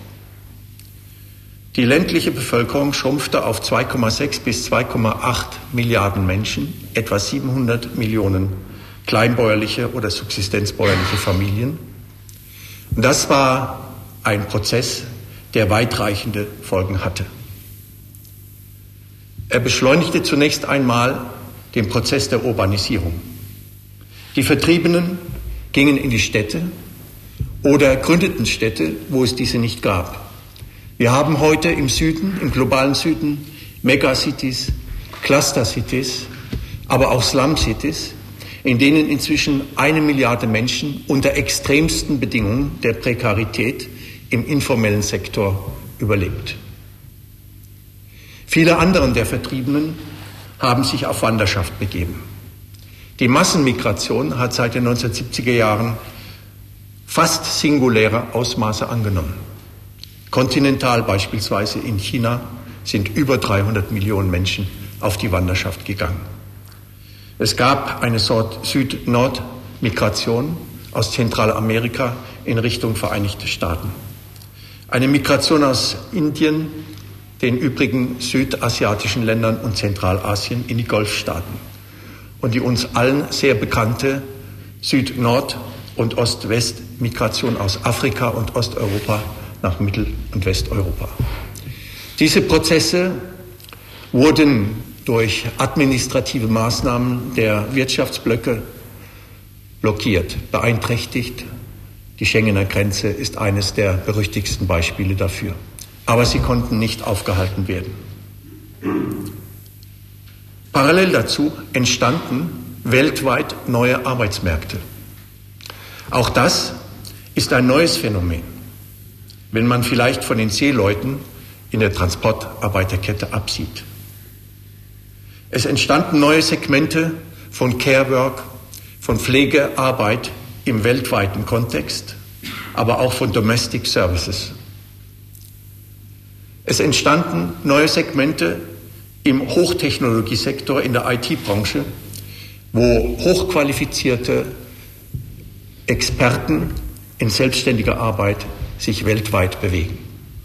Die ländliche Bevölkerung schrumpfte auf zwei Komma sechs bis zwei Komma acht Milliarden Menschen, etwa siebenhundert Millionen kleinbäuerliche oder subsistenzbäuerliche Familien. Und das war ein Prozess, der weitreichende Folgen hatte. Er beschleunigte zunächst einmal den Prozess der Urbanisierung. Die Vertriebenen gingen in die Städte oder gründeten Städte, wo es diese nicht gab. Wir haben heute im Süden, im globalen Süden, Megacities, Cluster-Cities, aber auch Slum-Cities, in denen inzwischen eine Milliarde Menschen unter extremsten Bedingungen der Prekarität im informellen Sektor überlebt. Viele andere der Vertriebenen haben sich auf Wanderschaft begeben. Die Massenmigration hat seit den neunzehnhundertsiebziger Jahren fast singuläre Ausmaße angenommen. Kontinental beispielsweise in China sind über dreihundert Millionen Menschen auf die Wanderschaft gegangen. Es gab eine Süd-Nord-Migration aus Zentralamerika in Richtung Vereinigte Staaten. Eine Migration aus Indien, den übrigen südasiatischen Ländern und Zentralasien in die Golfstaaten. Und die uns allen sehr bekannte Süd-Nord- und Ost-West-Migration aus Afrika und Osteuropa nach Mittel- und Westeuropa. Diese Prozesse wurden durch administrative Maßnahmen der Wirtschaftsblöcke blockiert, beeinträchtigt. Die Schengener Grenze ist eines der berüchtigsten Beispiele dafür. Aber sie konnten nicht aufgehalten werden. Parallel dazu entstanden weltweit neue Arbeitsmärkte. Auch das ist ein neues Phänomen, wenn man vielleicht von den Seeleuten in der Transportarbeiterkette absieht. Es entstanden neue Segmente von Care-Work, von Pflegearbeit im weltweiten Kontext, aber auch von Domestic Services. Es entstanden neue Segmente im Hochtechnologiesektor, in der I T-Branche, wo hochqualifizierte Experten in selbstständiger Arbeit sich weltweit bewegen.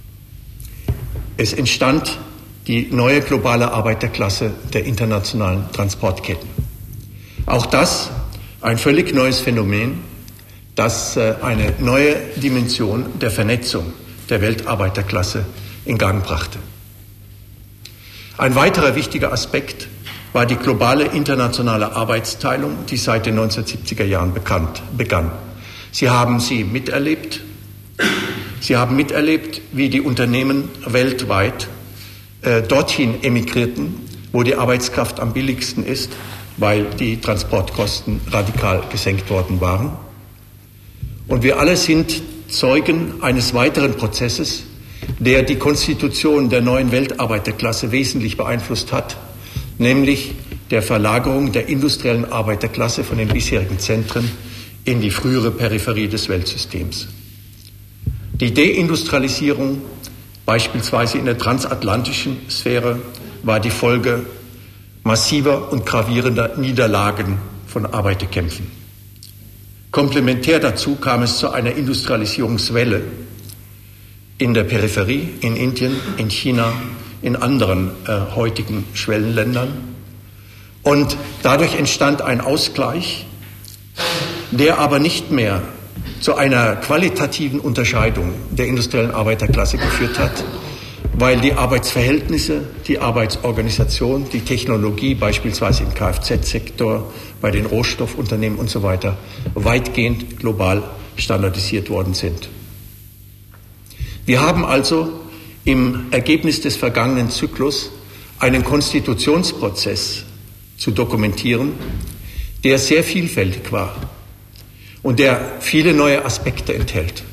Es entstand die neue globale Arbeiterklasse der internationalen Transportketten. Auch das ein völlig neues Phänomen, das eine neue Dimension der Vernetzung der Weltarbeiterklasse in Gang brachte. Ein weiterer wichtiger Aspekt war die globale internationale Arbeitsteilung, die seit den neunzehnhundertsiebziger Jahren bekannt, begann. Sie haben sie miterlebt. Sie haben miterlebt, wie die Unternehmen weltweit äh, dorthin emigrierten, wo die Arbeitskraft am billigsten ist, weil die Transportkosten radikal gesenkt worden waren. Und wir alle sind Zeugen eines weiteren Prozesses, der die Konstitution der neuen Weltarbeiterklasse wesentlich beeinflusst hat, nämlich der Verlagerung der industriellen Arbeiterklasse von den bisherigen Zentren in die frühere Peripherie des Weltsystems. Die Deindustrialisierung, beispielsweise in der transatlantischen Sphäre, war die Folge massiver und gravierender Niederlagen von Arbeiterkämpfen. Komplementär dazu kam es zu einer Industrialisierungswelle in der Peripherie, in Indien, in China, in anderen äh, heutigen Schwellenländern. Und dadurch entstand ein Ausgleich, der aber nicht mehr zu einer qualitativen Unterscheidung der industriellen Arbeiterklasse geführt hat, weil die Arbeitsverhältnisse, die Arbeitsorganisation, die Technologie, beispielsweise im Kfz-Sektor, bei den Rohstoffunternehmen und so weiter, weitgehend global standardisiert worden sind. Wir haben also im Ergebnis des vergangenen Zyklus einen Konstitutionsprozess zu dokumentieren, der sehr vielfältig war und der viele neue Aspekte enthält.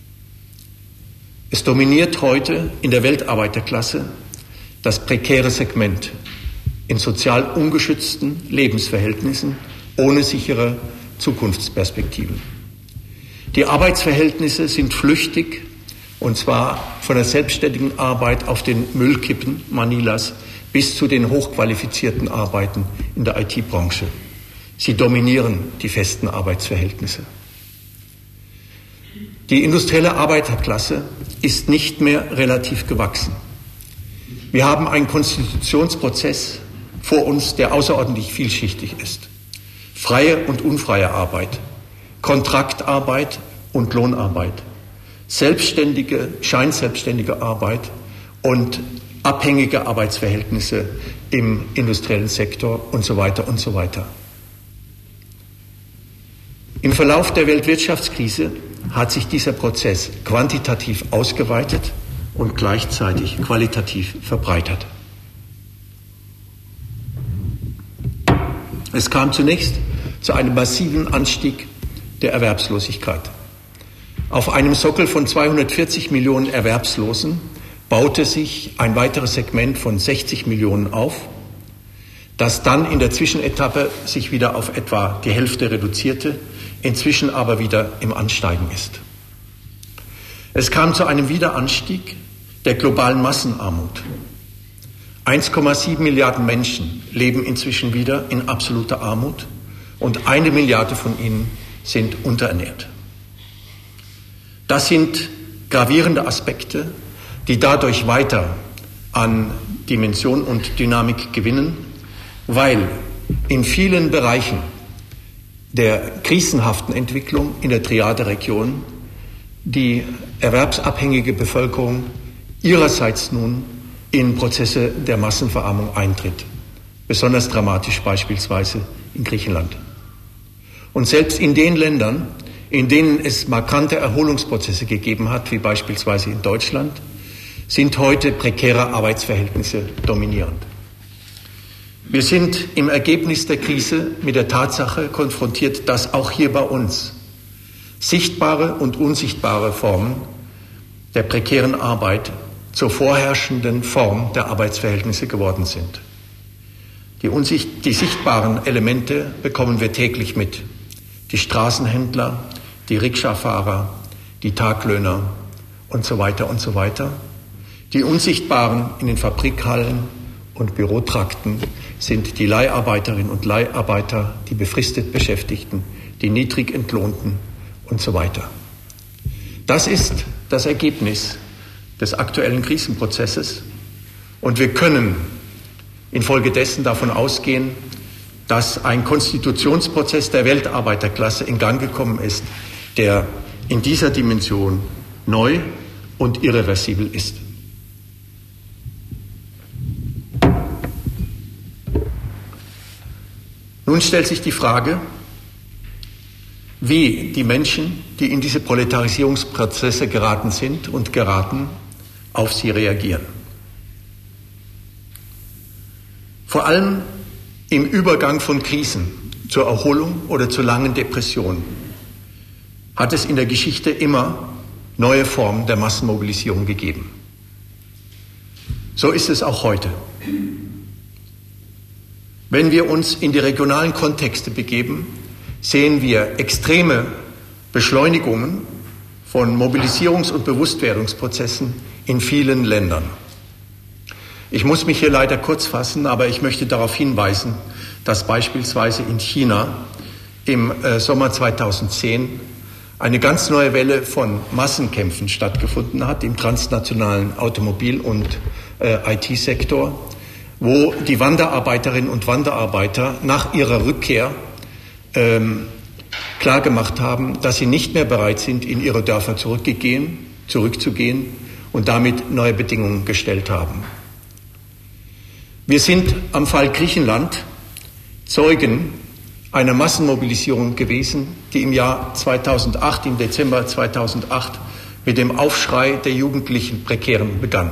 Es dominiert heute in der Weltarbeiterklasse das prekäre Segment in sozial ungeschützten Lebensverhältnissen ohne sichere Zukunftsperspektiven. Die Arbeitsverhältnisse sind flüchtig, und zwar von der selbstständigen Arbeit auf den Müllkippen Manilas bis zu den hochqualifizierten Arbeiten in der I T-Branche. Sie dominieren die festen Arbeitsverhältnisse. Die industrielle Arbeiterklasse ist nicht mehr relativ gewachsen. Wir haben einen Konstitutionsprozess vor uns, der außerordentlich vielschichtig ist. Freie und unfreie Arbeit, Kontraktarbeit und Lohnarbeit, selbstständige, scheinselbstständige Arbeit und abhängige Arbeitsverhältnisse im industriellen Sektor und so weiter und so weiter. Im Verlauf der Weltwirtschaftskrise hat sich dieser Prozess quantitativ ausgeweitet und gleichzeitig qualitativ verbreitert. Es kam zunächst zu einem massiven Anstieg der Erwerbslosigkeit. Auf einem Sockel von zweihundertvierzig Millionen Erwerbslosen baute sich ein weiteres Segment von sechzig Millionen auf, das dann in der Zwischenetappe sich wieder auf etwa die Hälfte reduzierte, inzwischen aber wieder im Ansteigen ist. Es kam zu einem Wiederanstieg der globalen Massenarmut. eins Komma sieben Milliarden Menschen leben inzwischen wieder in absoluter Armut und eine Milliarde von ihnen sind unterernährt. Das sind gravierende Aspekte, die dadurch weiter an Dimension und Dynamik gewinnen, weil in vielen Bereichen der krisenhaften Entwicklung in der Triade-Region die erwerbsabhängige Bevölkerung ihrerseits nun in Prozesse der Massenverarmung eintritt. Besonders dramatisch beispielsweise in Griechenland. Und selbst in den Ländern, in denen es markante Erholungsprozesse gegeben hat, wie beispielsweise in Deutschland, sind heute prekäre Arbeitsverhältnisse dominierend. Wir sind im Ergebnis der Krise mit der Tatsache konfrontiert, dass auch hier bei uns sichtbare und unsichtbare Formen der prekären Arbeit zur vorherrschenden Form der Arbeitsverhältnisse geworden sind. Die, unsicht- die sichtbaren Elemente bekommen wir täglich mit. Die Straßenhändler, die Rikscha-Fahrer, die Taglöhner und so weiter und so weiter. Die unsichtbaren in den Fabrikhallen und Bürotrakten sind die Leiharbeiterinnen und Leiharbeiter, die befristet Beschäftigten, die niedrig Entlohnten und so weiter. Das ist das Ergebnis des aktuellen Krisenprozesses und wir können infolgedessen davon ausgehen, dass ein Konstitutionsprozess der Weltarbeiterklasse in Gang gekommen ist, der in dieser Dimension neu und irreversibel ist. Nun stellt sich die Frage, wie die Menschen, die in diese Proletarisierungsprozesse geraten sind und geraten, auf sie reagieren. Vor allem im Übergang von Krisen zur Erholung oder zur langen Depression hat es in der Geschichte immer neue Formen der Massenmobilisierung gegeben. So ist es auch heute. Wenn wir uns in die regionalen Kontexte begeben, sehen wir extreme Beschleunigungen von Mobilisierungs- und Bewusstwerdungsprozessen in vielen Ländern. Ich muss mich hier leider kurz fassen, aber ich möchte darauf hinweisen, dass beispielsweise in China im äh, Sommer zweitausendzehn eine ganz neue Welle von Massenkämpfen stattgefunden hat im transnationalen Automobil- und äh, I T-Sektor, wo die Wanderarbeiterinnen und Wanderarbeiter nach ihrer Rückkehr ähm, klargemacht haben, dass sie nicht mehr bereit sind, in ihre Dörfer zurückgehen, zurückzugehen und damit neue Bedingungen gestellt haben. Wir sind am Fall Griechenland Zeugen einer Massenmobilisierung gewesen, die im Jahr zweitausendacht, im Dezember zweitausendacht, mit dem Aufschrei der jugendlichen Prekären begann.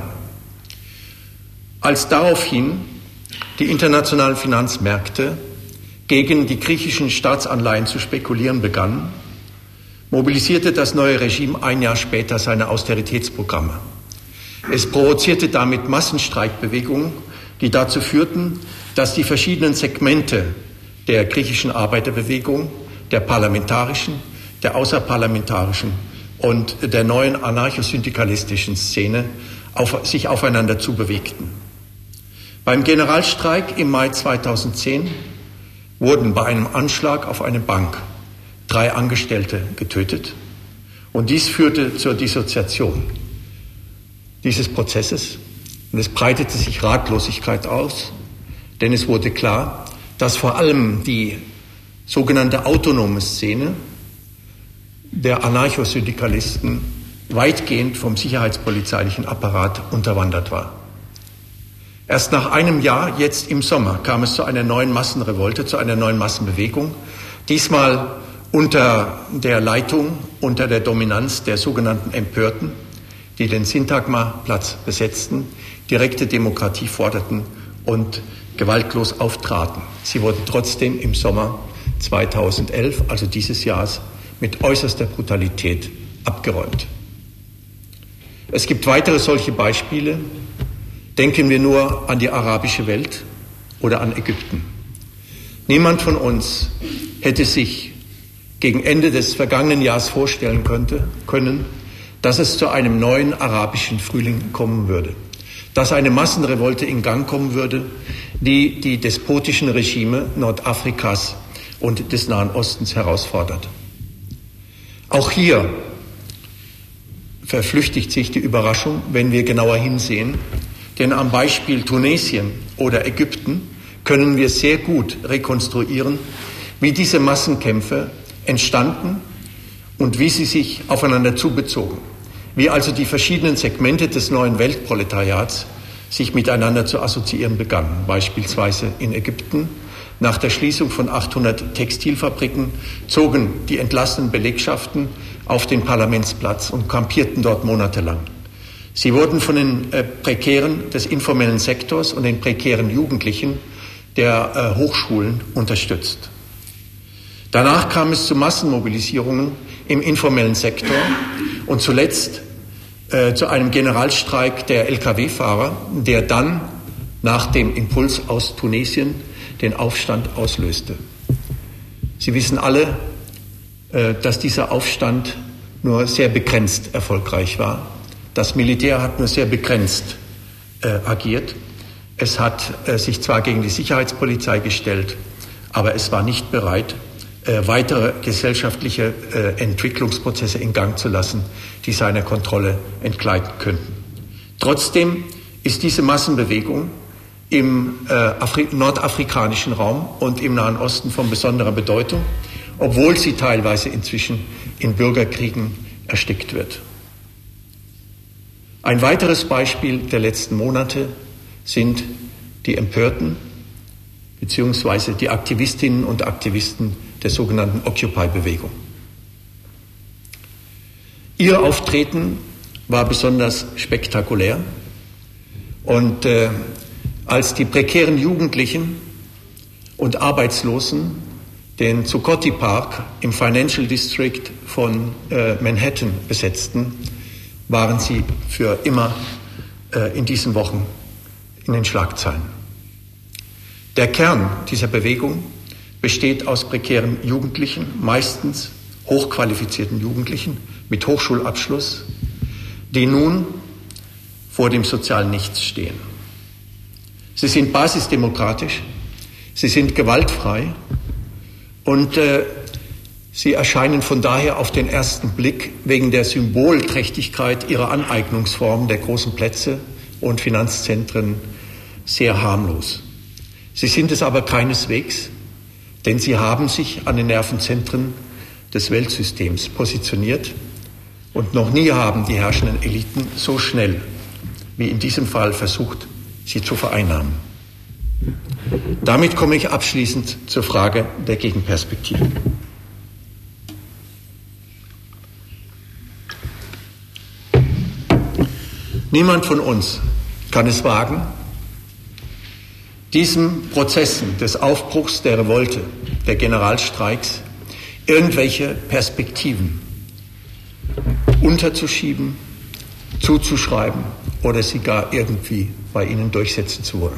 Als daraufhin die internationalen Finanzmärkte gegen die griechischen Staatsanleihen zu spekulieren begannen, mobilisierte das neue Regime ein Jahr später seine Austeritätsprogramme. Es provozierte damit Massenstreikbewegungen, die dazu führten, dass die verschiedenen Segmente der griechischen Arbeiterbewegung, der parlamentarischen, der außerparlamentarischen und der neuen anarchosyndikalistischen Szene auf, sich aufeinander zubewegten. Beim Generalstreik im Mai zweitausendzehn wurden bei einem Anschlag auf eine Bank drei Angestellte getötet und dies führte zur Dissoziation dieses Prozesses Und es breitete sich Ratlosigkeit aus, denn es wurde klar, dass vor allem die sogenannte autonome Szene der Anarchosyndikalisten weitgehend vom sicherheitspolizeilichen Apparat unterwandert war. Erst nach einem Jahr, jetzt im Sommer, kam es zu einer neuen Massenrevolte, zu einer neuen Massenbewegung, diesmal unter der Leitung, unter der Dominanz der sogenannten Empörten, die den Syntagma-Platz besetzten, direkte Demokratie forderten und gewaltlos auftraten. Sie wurden trotzdem im Sommer zweitausendelf, also dieses Jahres, mit äußerster Brutalität abgeräumt. Es gibt weitere solche Beispiele. Denken wir nur an die arabische Welt oder an Ägypten. Niemand von uns hätte sich gegen Ende des vergangenen Jahres vorstellen könnte, können, dass es zu einem neuen arabischen Frühling kommen würde, dass eine Massenrevolte in Gang kommen würde, die die despotischen Regime Nordafrikas und des Nahen Ostens herausfordert. Auch hier verflüchtigt sich die Überraschung, wenn wir genauer hinsehen, denn am Beispiel Tunesien oder Ägypten können wir sehr gut rekonstruieren, wie diese Massenkämpfe entstanden und wie sie sich aufeinander zubezogen, wie also die verschiedenen Segmente des neuen Weltproletariats sich miteinander zu assoziieren begannen. Beispielsweise in Ägypten. Nach der Schließung von achthundert Textilfabriken zogen die entlassenen Belegschaften auf den Parlamentsplatz und kampierten dort monatelang. Sie wurden von den äh, Prekären des informellen Sektors und den prekären Jugendlichen der äh, Hochschulen unterstützt. Danach kam es zu Massenmobilisierungen im informellen Sektor und zuletzt äh, zu einem Generalstreik der L K W-Fahrer, der dann nach dem Impuls aus Tunesien den Aufstand auslöste. Sie wissen alle, äh, dass dieser Aufstand nur sehr begrenzt erfolgreich war. Das Militär hat nur sehr begrenzt äh, agiert. Es hat äh, sich zwar gegen die Sicherheitspolizei gestellt, aber es war nicht bereit, äh, weitere gesellschaftliche äh, Entwicklungsprozesse in Gang zu lassen, die seiner Kontrolle entgleiten könnten. Trotzdem ist diese Massenbewegung im äh, Afri- nordafrikanischen Raum und im Nahen Osten von besonderer Bedeutung, obwohl sie teilweise inzwischen in Bürgerkriegen erstickt wird. Ein weiteres Beispiel der letzten Monate sind die Empörten bzw. die Aktivistinnen und Aktivisten der sogenannten Occupy-Bewegung. Ihr Auftreten war besonders spektakulär und äh, als die prekären Jugendlichen und Arbeitslosen den Zuccotti Park im Financial District von äh, Manhattan besetzten, waren sie für immer äh, in diesen Wochen in den Schlagzeilen. Der Kern dieser Bewegung besteht aus prekären Jugendlichen, meistens hochqualifizierten Jugendlichen mit Hochschulabschluss, die nun vor dem sozialen Nichts stehen. Sie sind basisdemokratisch, sie sind gewaltfrei und äh, sie erscheinen von daher auf den ersten Blick wegen der Symbolträchtigkeit ihrer Aneignungsform der großen Plätze und Finanzzentren sehr harmlos. Sie sind es aber keineswegs, denn sie haben sich an den Nervenzentren des Weltsystems positioniert und noch nie haben die herrschenden Eliten so schnell wie in diesem Fall versucht, sie zu vereinnahmen. Damit komme ich abschließend zur Frage der Gegenperspektive. Niemand von uns kann es wagen, diesen Prozessen des Aufbruchs der Revolte, der Generalstreiks, irgendwelche Perspektiven unterzuschieben, zuzuschreiben oder sie gar irgendwie bei ihnen durchsetzen zu wollen.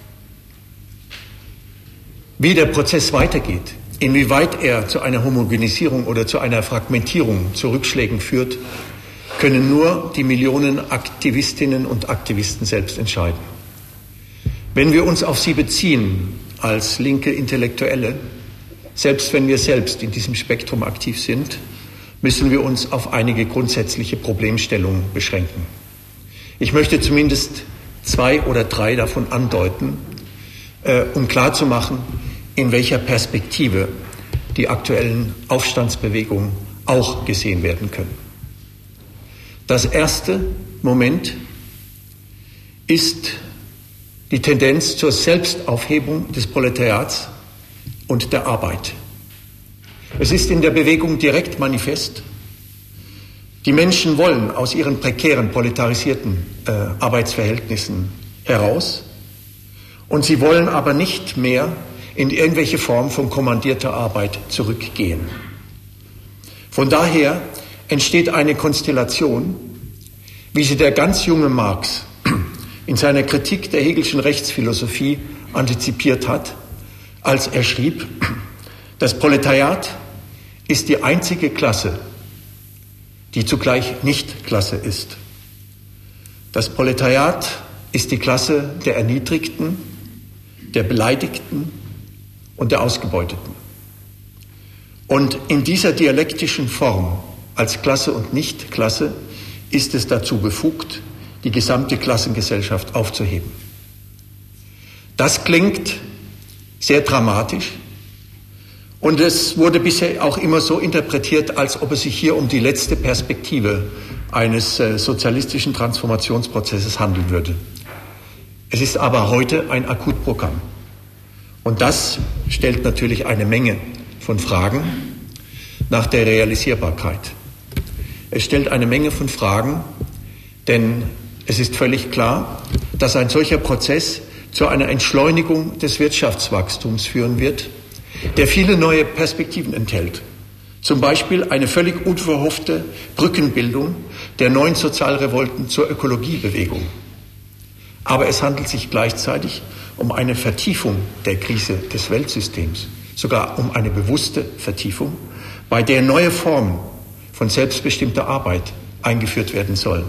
Wie der Prozess weitergeht, inwieweit er zu einer Homogenisierung oder zu einer Fragmentierung, zu Rückschlägen führt, können nur die Millionen Aktivistinnen und Aktivisten selbst entscheiden. Wenn wir uns auf sie beziehen als linke Intellektuelle, selbst wenn wir selbst in diesem Spektrum aktiv sind, müssen wir uns auf einige grundsätzliche Problemstellungen beschränken. Ich möchte zumindest zwei oder drei davon andeuten, äh, um klarzumachen, in welcher Perspektive die aktuellen Aufstandsbewegungen auch gesehen werden können. Das erste Moment ist die Tendenz zur Selbstaufhebung des Proletariats und der Arbeit. Es ist in der Bewegung direkt manifest. Die Menschen wollen aus ihren prekären, proletarisierten äh, Arbeitsverhältnissen heraus und sie wollen aber nicht mehr in irgendwelche Form von kommandierter Arbeit zurückgehen. Von daher entsteht eine Konstellation, wie sie der ganz junge Marx in seiner Kritik der Hegelschen Rechtsphilosophie antizipiert hat, als er schrieb, das Proletariat ist die einzige Klasse, die zugleich nicht Klasse ist. Das Proletariat ist die Klasse der Erniedrigten, der Beleidigten und der Ausgebeuteten. Und in dieser dialektischen Form als Klasse und Nicht-Klasse ist es dazu befugt, die gesamte Klassengesellschaft aufzuheben. Das klingt sehr dramatisch und es wurde bisher auch immer so interpretiert, als ob es sich hier um die letzte Perspektive eines äh, sozialistischen Transformationsprozesses handeln würde. Es ist aber heute ein Akutprogramm und das stellt natürlich eine Menge von Fragen nach der Realisierbarkeit. Es stellt eine Menge von Fragen, denn es ist völlig klar, dass ein solcher Prozess zu einer Entschleunigung des Wirtschaftswachstums führen wird, der viele neue Perspektiven enthält. Zum Beispiel eine völlig unverhoffte Brückenbildung der neuen Sozialrevolten zur Ökologiebewegung. Aber es handelt sich gleichzeitig um eine Vertiefung der Krise des Weltsystems, sogar um eine bewusste Vertiefung, bei der neue Formen von selbstbestimmter Arbeit eingeführt werden sollen.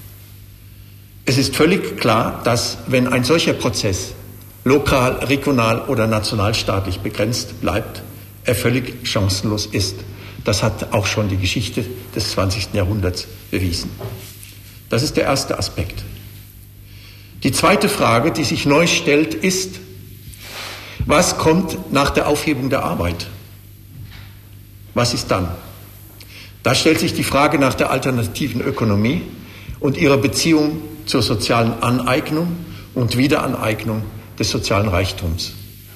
Es ist völlig klar, dass, wenn ein solcher Prozess lokal, regional oder nationalstaatlich begrenzt bleibt, er völlig chancenlos ist. Das hat auch schon die Geschichte des zwanzigsten Jahrhunderts bewiesen. Das ist der erste Aspekt. Die zweite Frage, die sich neu stellt, ist, was kommt nach der Aufhebung der Arbeit? Was ist dann? Da stellt sich die Frage nach der alternativen Ökonomie und ihrer Beziehung zur sozialen Aneignung und Wiederaneignung des sozialen Reichtums.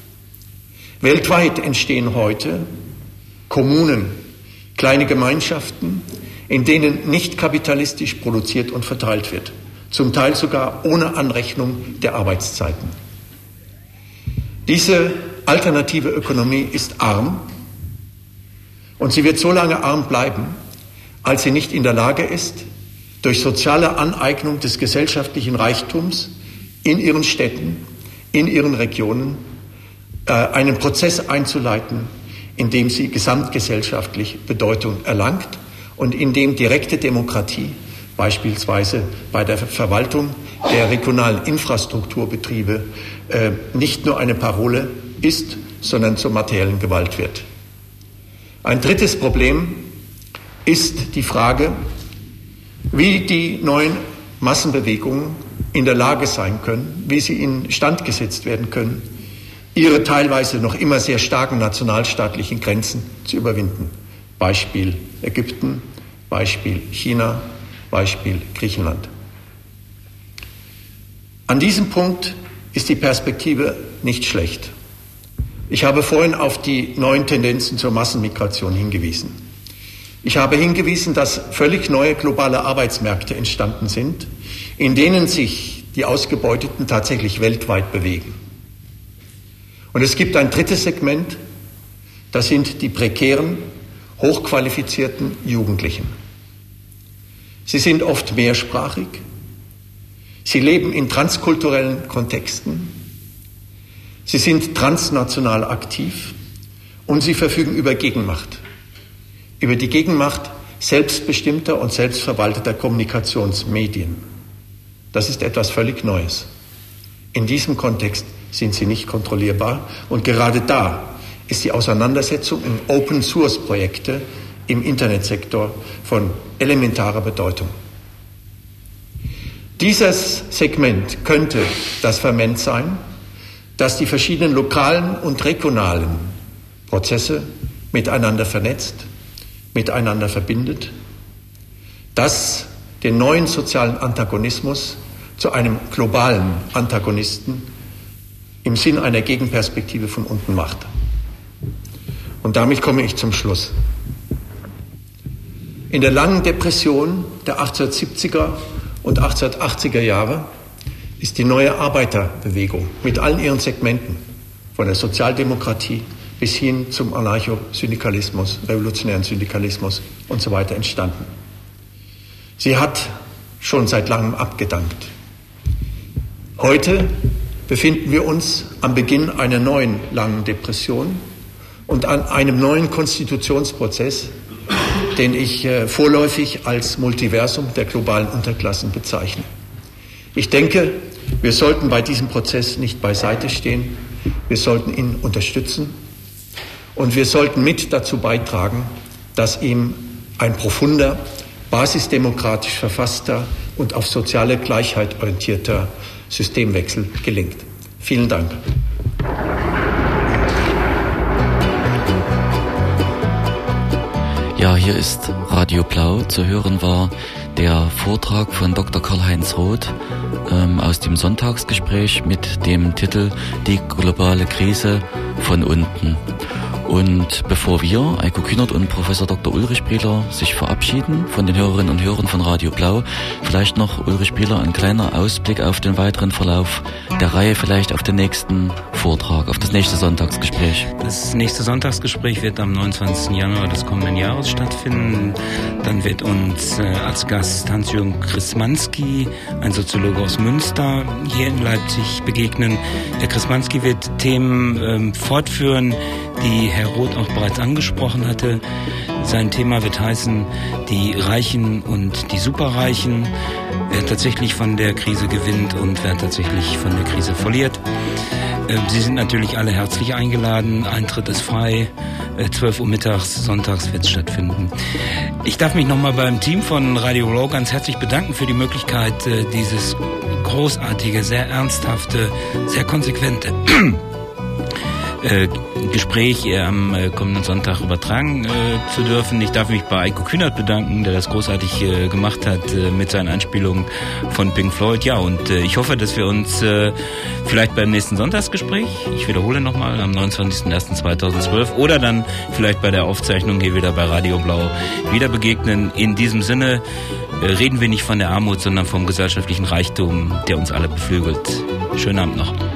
Weltweit entstehen heute Kommunen, kleine Gemeinschaften, in denen nicht kapitalistisch produziert und verteilt wird, zum Teil sogar ohne Anrechnung der Arbeitszeiten. Diese alternative Ökonomie ist arm und sie wird so lange arm bleiben, als sie nicht in der Lage ist, durch soziale Aneignung des gesellschaftlichen Reichtums in ihren Städten, in ihren Regionen äh, einen Prozess einzuleiten, in dem sie gesamtgesellschaftlich Bedeutung erlangt und in dem direkte Demokratie, beispielsweise bei der Verwaltung der regionalen Infrastrukturbetriebe, äh, nicht nur eine Parole ist, sondern zur materiellen Gewalt wird. Ein drittes Problem ist die Frage, wie die neuen Massenbewegungen in der Lage sein können, wie sie instand gesetzt werden können, ihre teilweise noch immer sehr starken nationalstaatlichen Grenzen zu überwinden. Beispiel Ägypten, Beispiel China, Beispiel Griechenland. An diesem Punkt ist die Perspektive nicht schlecht. Ich habe vorhin auf die neuen Tendenzen zur Massenmigration hingewiesen. Ich habe hingewiesen, dass völlig neue globale Arbeitsmärkte entstanden sind, in denen sich die Ausgebeuteten tatsächlich weltweit bewegen. Und es gibt ein drittes Segment, das sind die prekären, hochqualifizierten Jugendlichen. Sie sind oft mehrsprachig, sie leben in transkulturellen Kontexten, sie sind transnational aktiv und sie verfügen über Gegenmacht. Über die Gegenmacht selbstbestimmter und selbstverwalteter Kommunikationsmedien. Das ist etwas völlig Neues. In diesem Kontext sind sie nicht kontrollierbar und gerade da ist die Auseinandersetzung in Open-Source-Projekte im Internetsektor von elementarer Bedeutung. Dieses Segment könnte das Ferment sein, das die verschiedenen lokalen und regionalen Prozesse miteinander vernetzt, miteinander verbindet, das den neuen sozialen Antagonismus zu einem globalen Antagonisten im Sinn einer Gegenperspektive von unten macht. Und damit komme ich zum Schluss. In der langen Depression der achtzehnhundertsiebziger und achtzehnhundertachtziger Jahre ist die neue Arbeiterbewegung mit allen ihren Segmenten, von der Sozialdemokratie bis hin zum Anarcho-Syndikalismus, revolutionären Syndikalismus und so weiter entstanden. Sie hat schon seit langem abgedankt. Heute befinden wir uns am Beginn einer neuen langen Depression und an einem neuen Konstitutionsprozess, den ich äh, vorläufig als Multiversum der globalen Unterklassen bezeichne. Ich denke, wir sollten bei diesem Prozess nicht beiseite stehen, wir sollten ihn unterstützen und wir sollten mit dazu beitragen, dass ihm ein profunder, basisdemokratisch verfasster und auf soziale Gleichheit orientierter Systemwechsel gelingt. Vielen Dank. Ja, hier ist Radio Blau. Zu hören war der Vortrag von Doktor Karl-Heinz Roth ähm, aus dem Sonntagsgespräch mit dem Titel Die globale Krise von unten. Und bevor wir, Eiko Kühnert und Professor Doktor Ulrich Prieler, sich verabschieden von den Hörerinnen und Hörern von Radio Blau, vielleicht noch, Ulrich Prieler, ein kleiner Ausblick auf den weiteren Verlauf der Reihe, vielleicht auf den nächsten Vortrag, auf das nächste Sonntagsgespräch. Das nächste Sonntagsgespräch wird am neunundzwanzigsten Januar des kommenden Jahres stattfinden. Dann wird uns äh, als Gast Hans-Jürgen Krismanski, ein Soziologe aus Münster, hier in Leipzig begegnen. Herr Krismanski wird Themen ähm, fortführen, die Herr Roth auch bereits angesprochen hatte. Sein Thema wird heißen, die Reichen und die Superreichen, wer tatsächlich von der Krise gewinnt und wer tatsächlich von der Krise verliert. Sie sind natürlich alle herzlich eingeladen, Eintritt ist frei, zwölf Uhr mittags, sonntags wird es stattfinden. Ich darf mich nochmal beim Team von Radio Blau ganz herzlich bedanken für die Möglichkeit, dieses großartige, sehr ernsthafte, sehr konsequente Äh, Gespräch äh, am äh, kommenden Sonntag übertragen äh, zu dürfen. Ich darf mich bei Eiko Kühnert bedanken, der das großartig äh, gemacht hat äh, mit seinen Einspielungen von Pink Floyd. Ja, und äh, ich hoffe, dass wir uns äh, vielleicht beim nächsten Sonntagsgespräch, ich wiederhole nochmal, am neunundzwanzigsten ersten zweitausendzwölf oder dann vielleicht bei der Aufzeichnung hier wieder bei Radio Blau wieder begegnen. In diesem Sinne äh, reden wir nicht von der Armut, sondern vom gesellschaftlichen Reichtum, der uns alle beflügelt. Schönen Abend noch.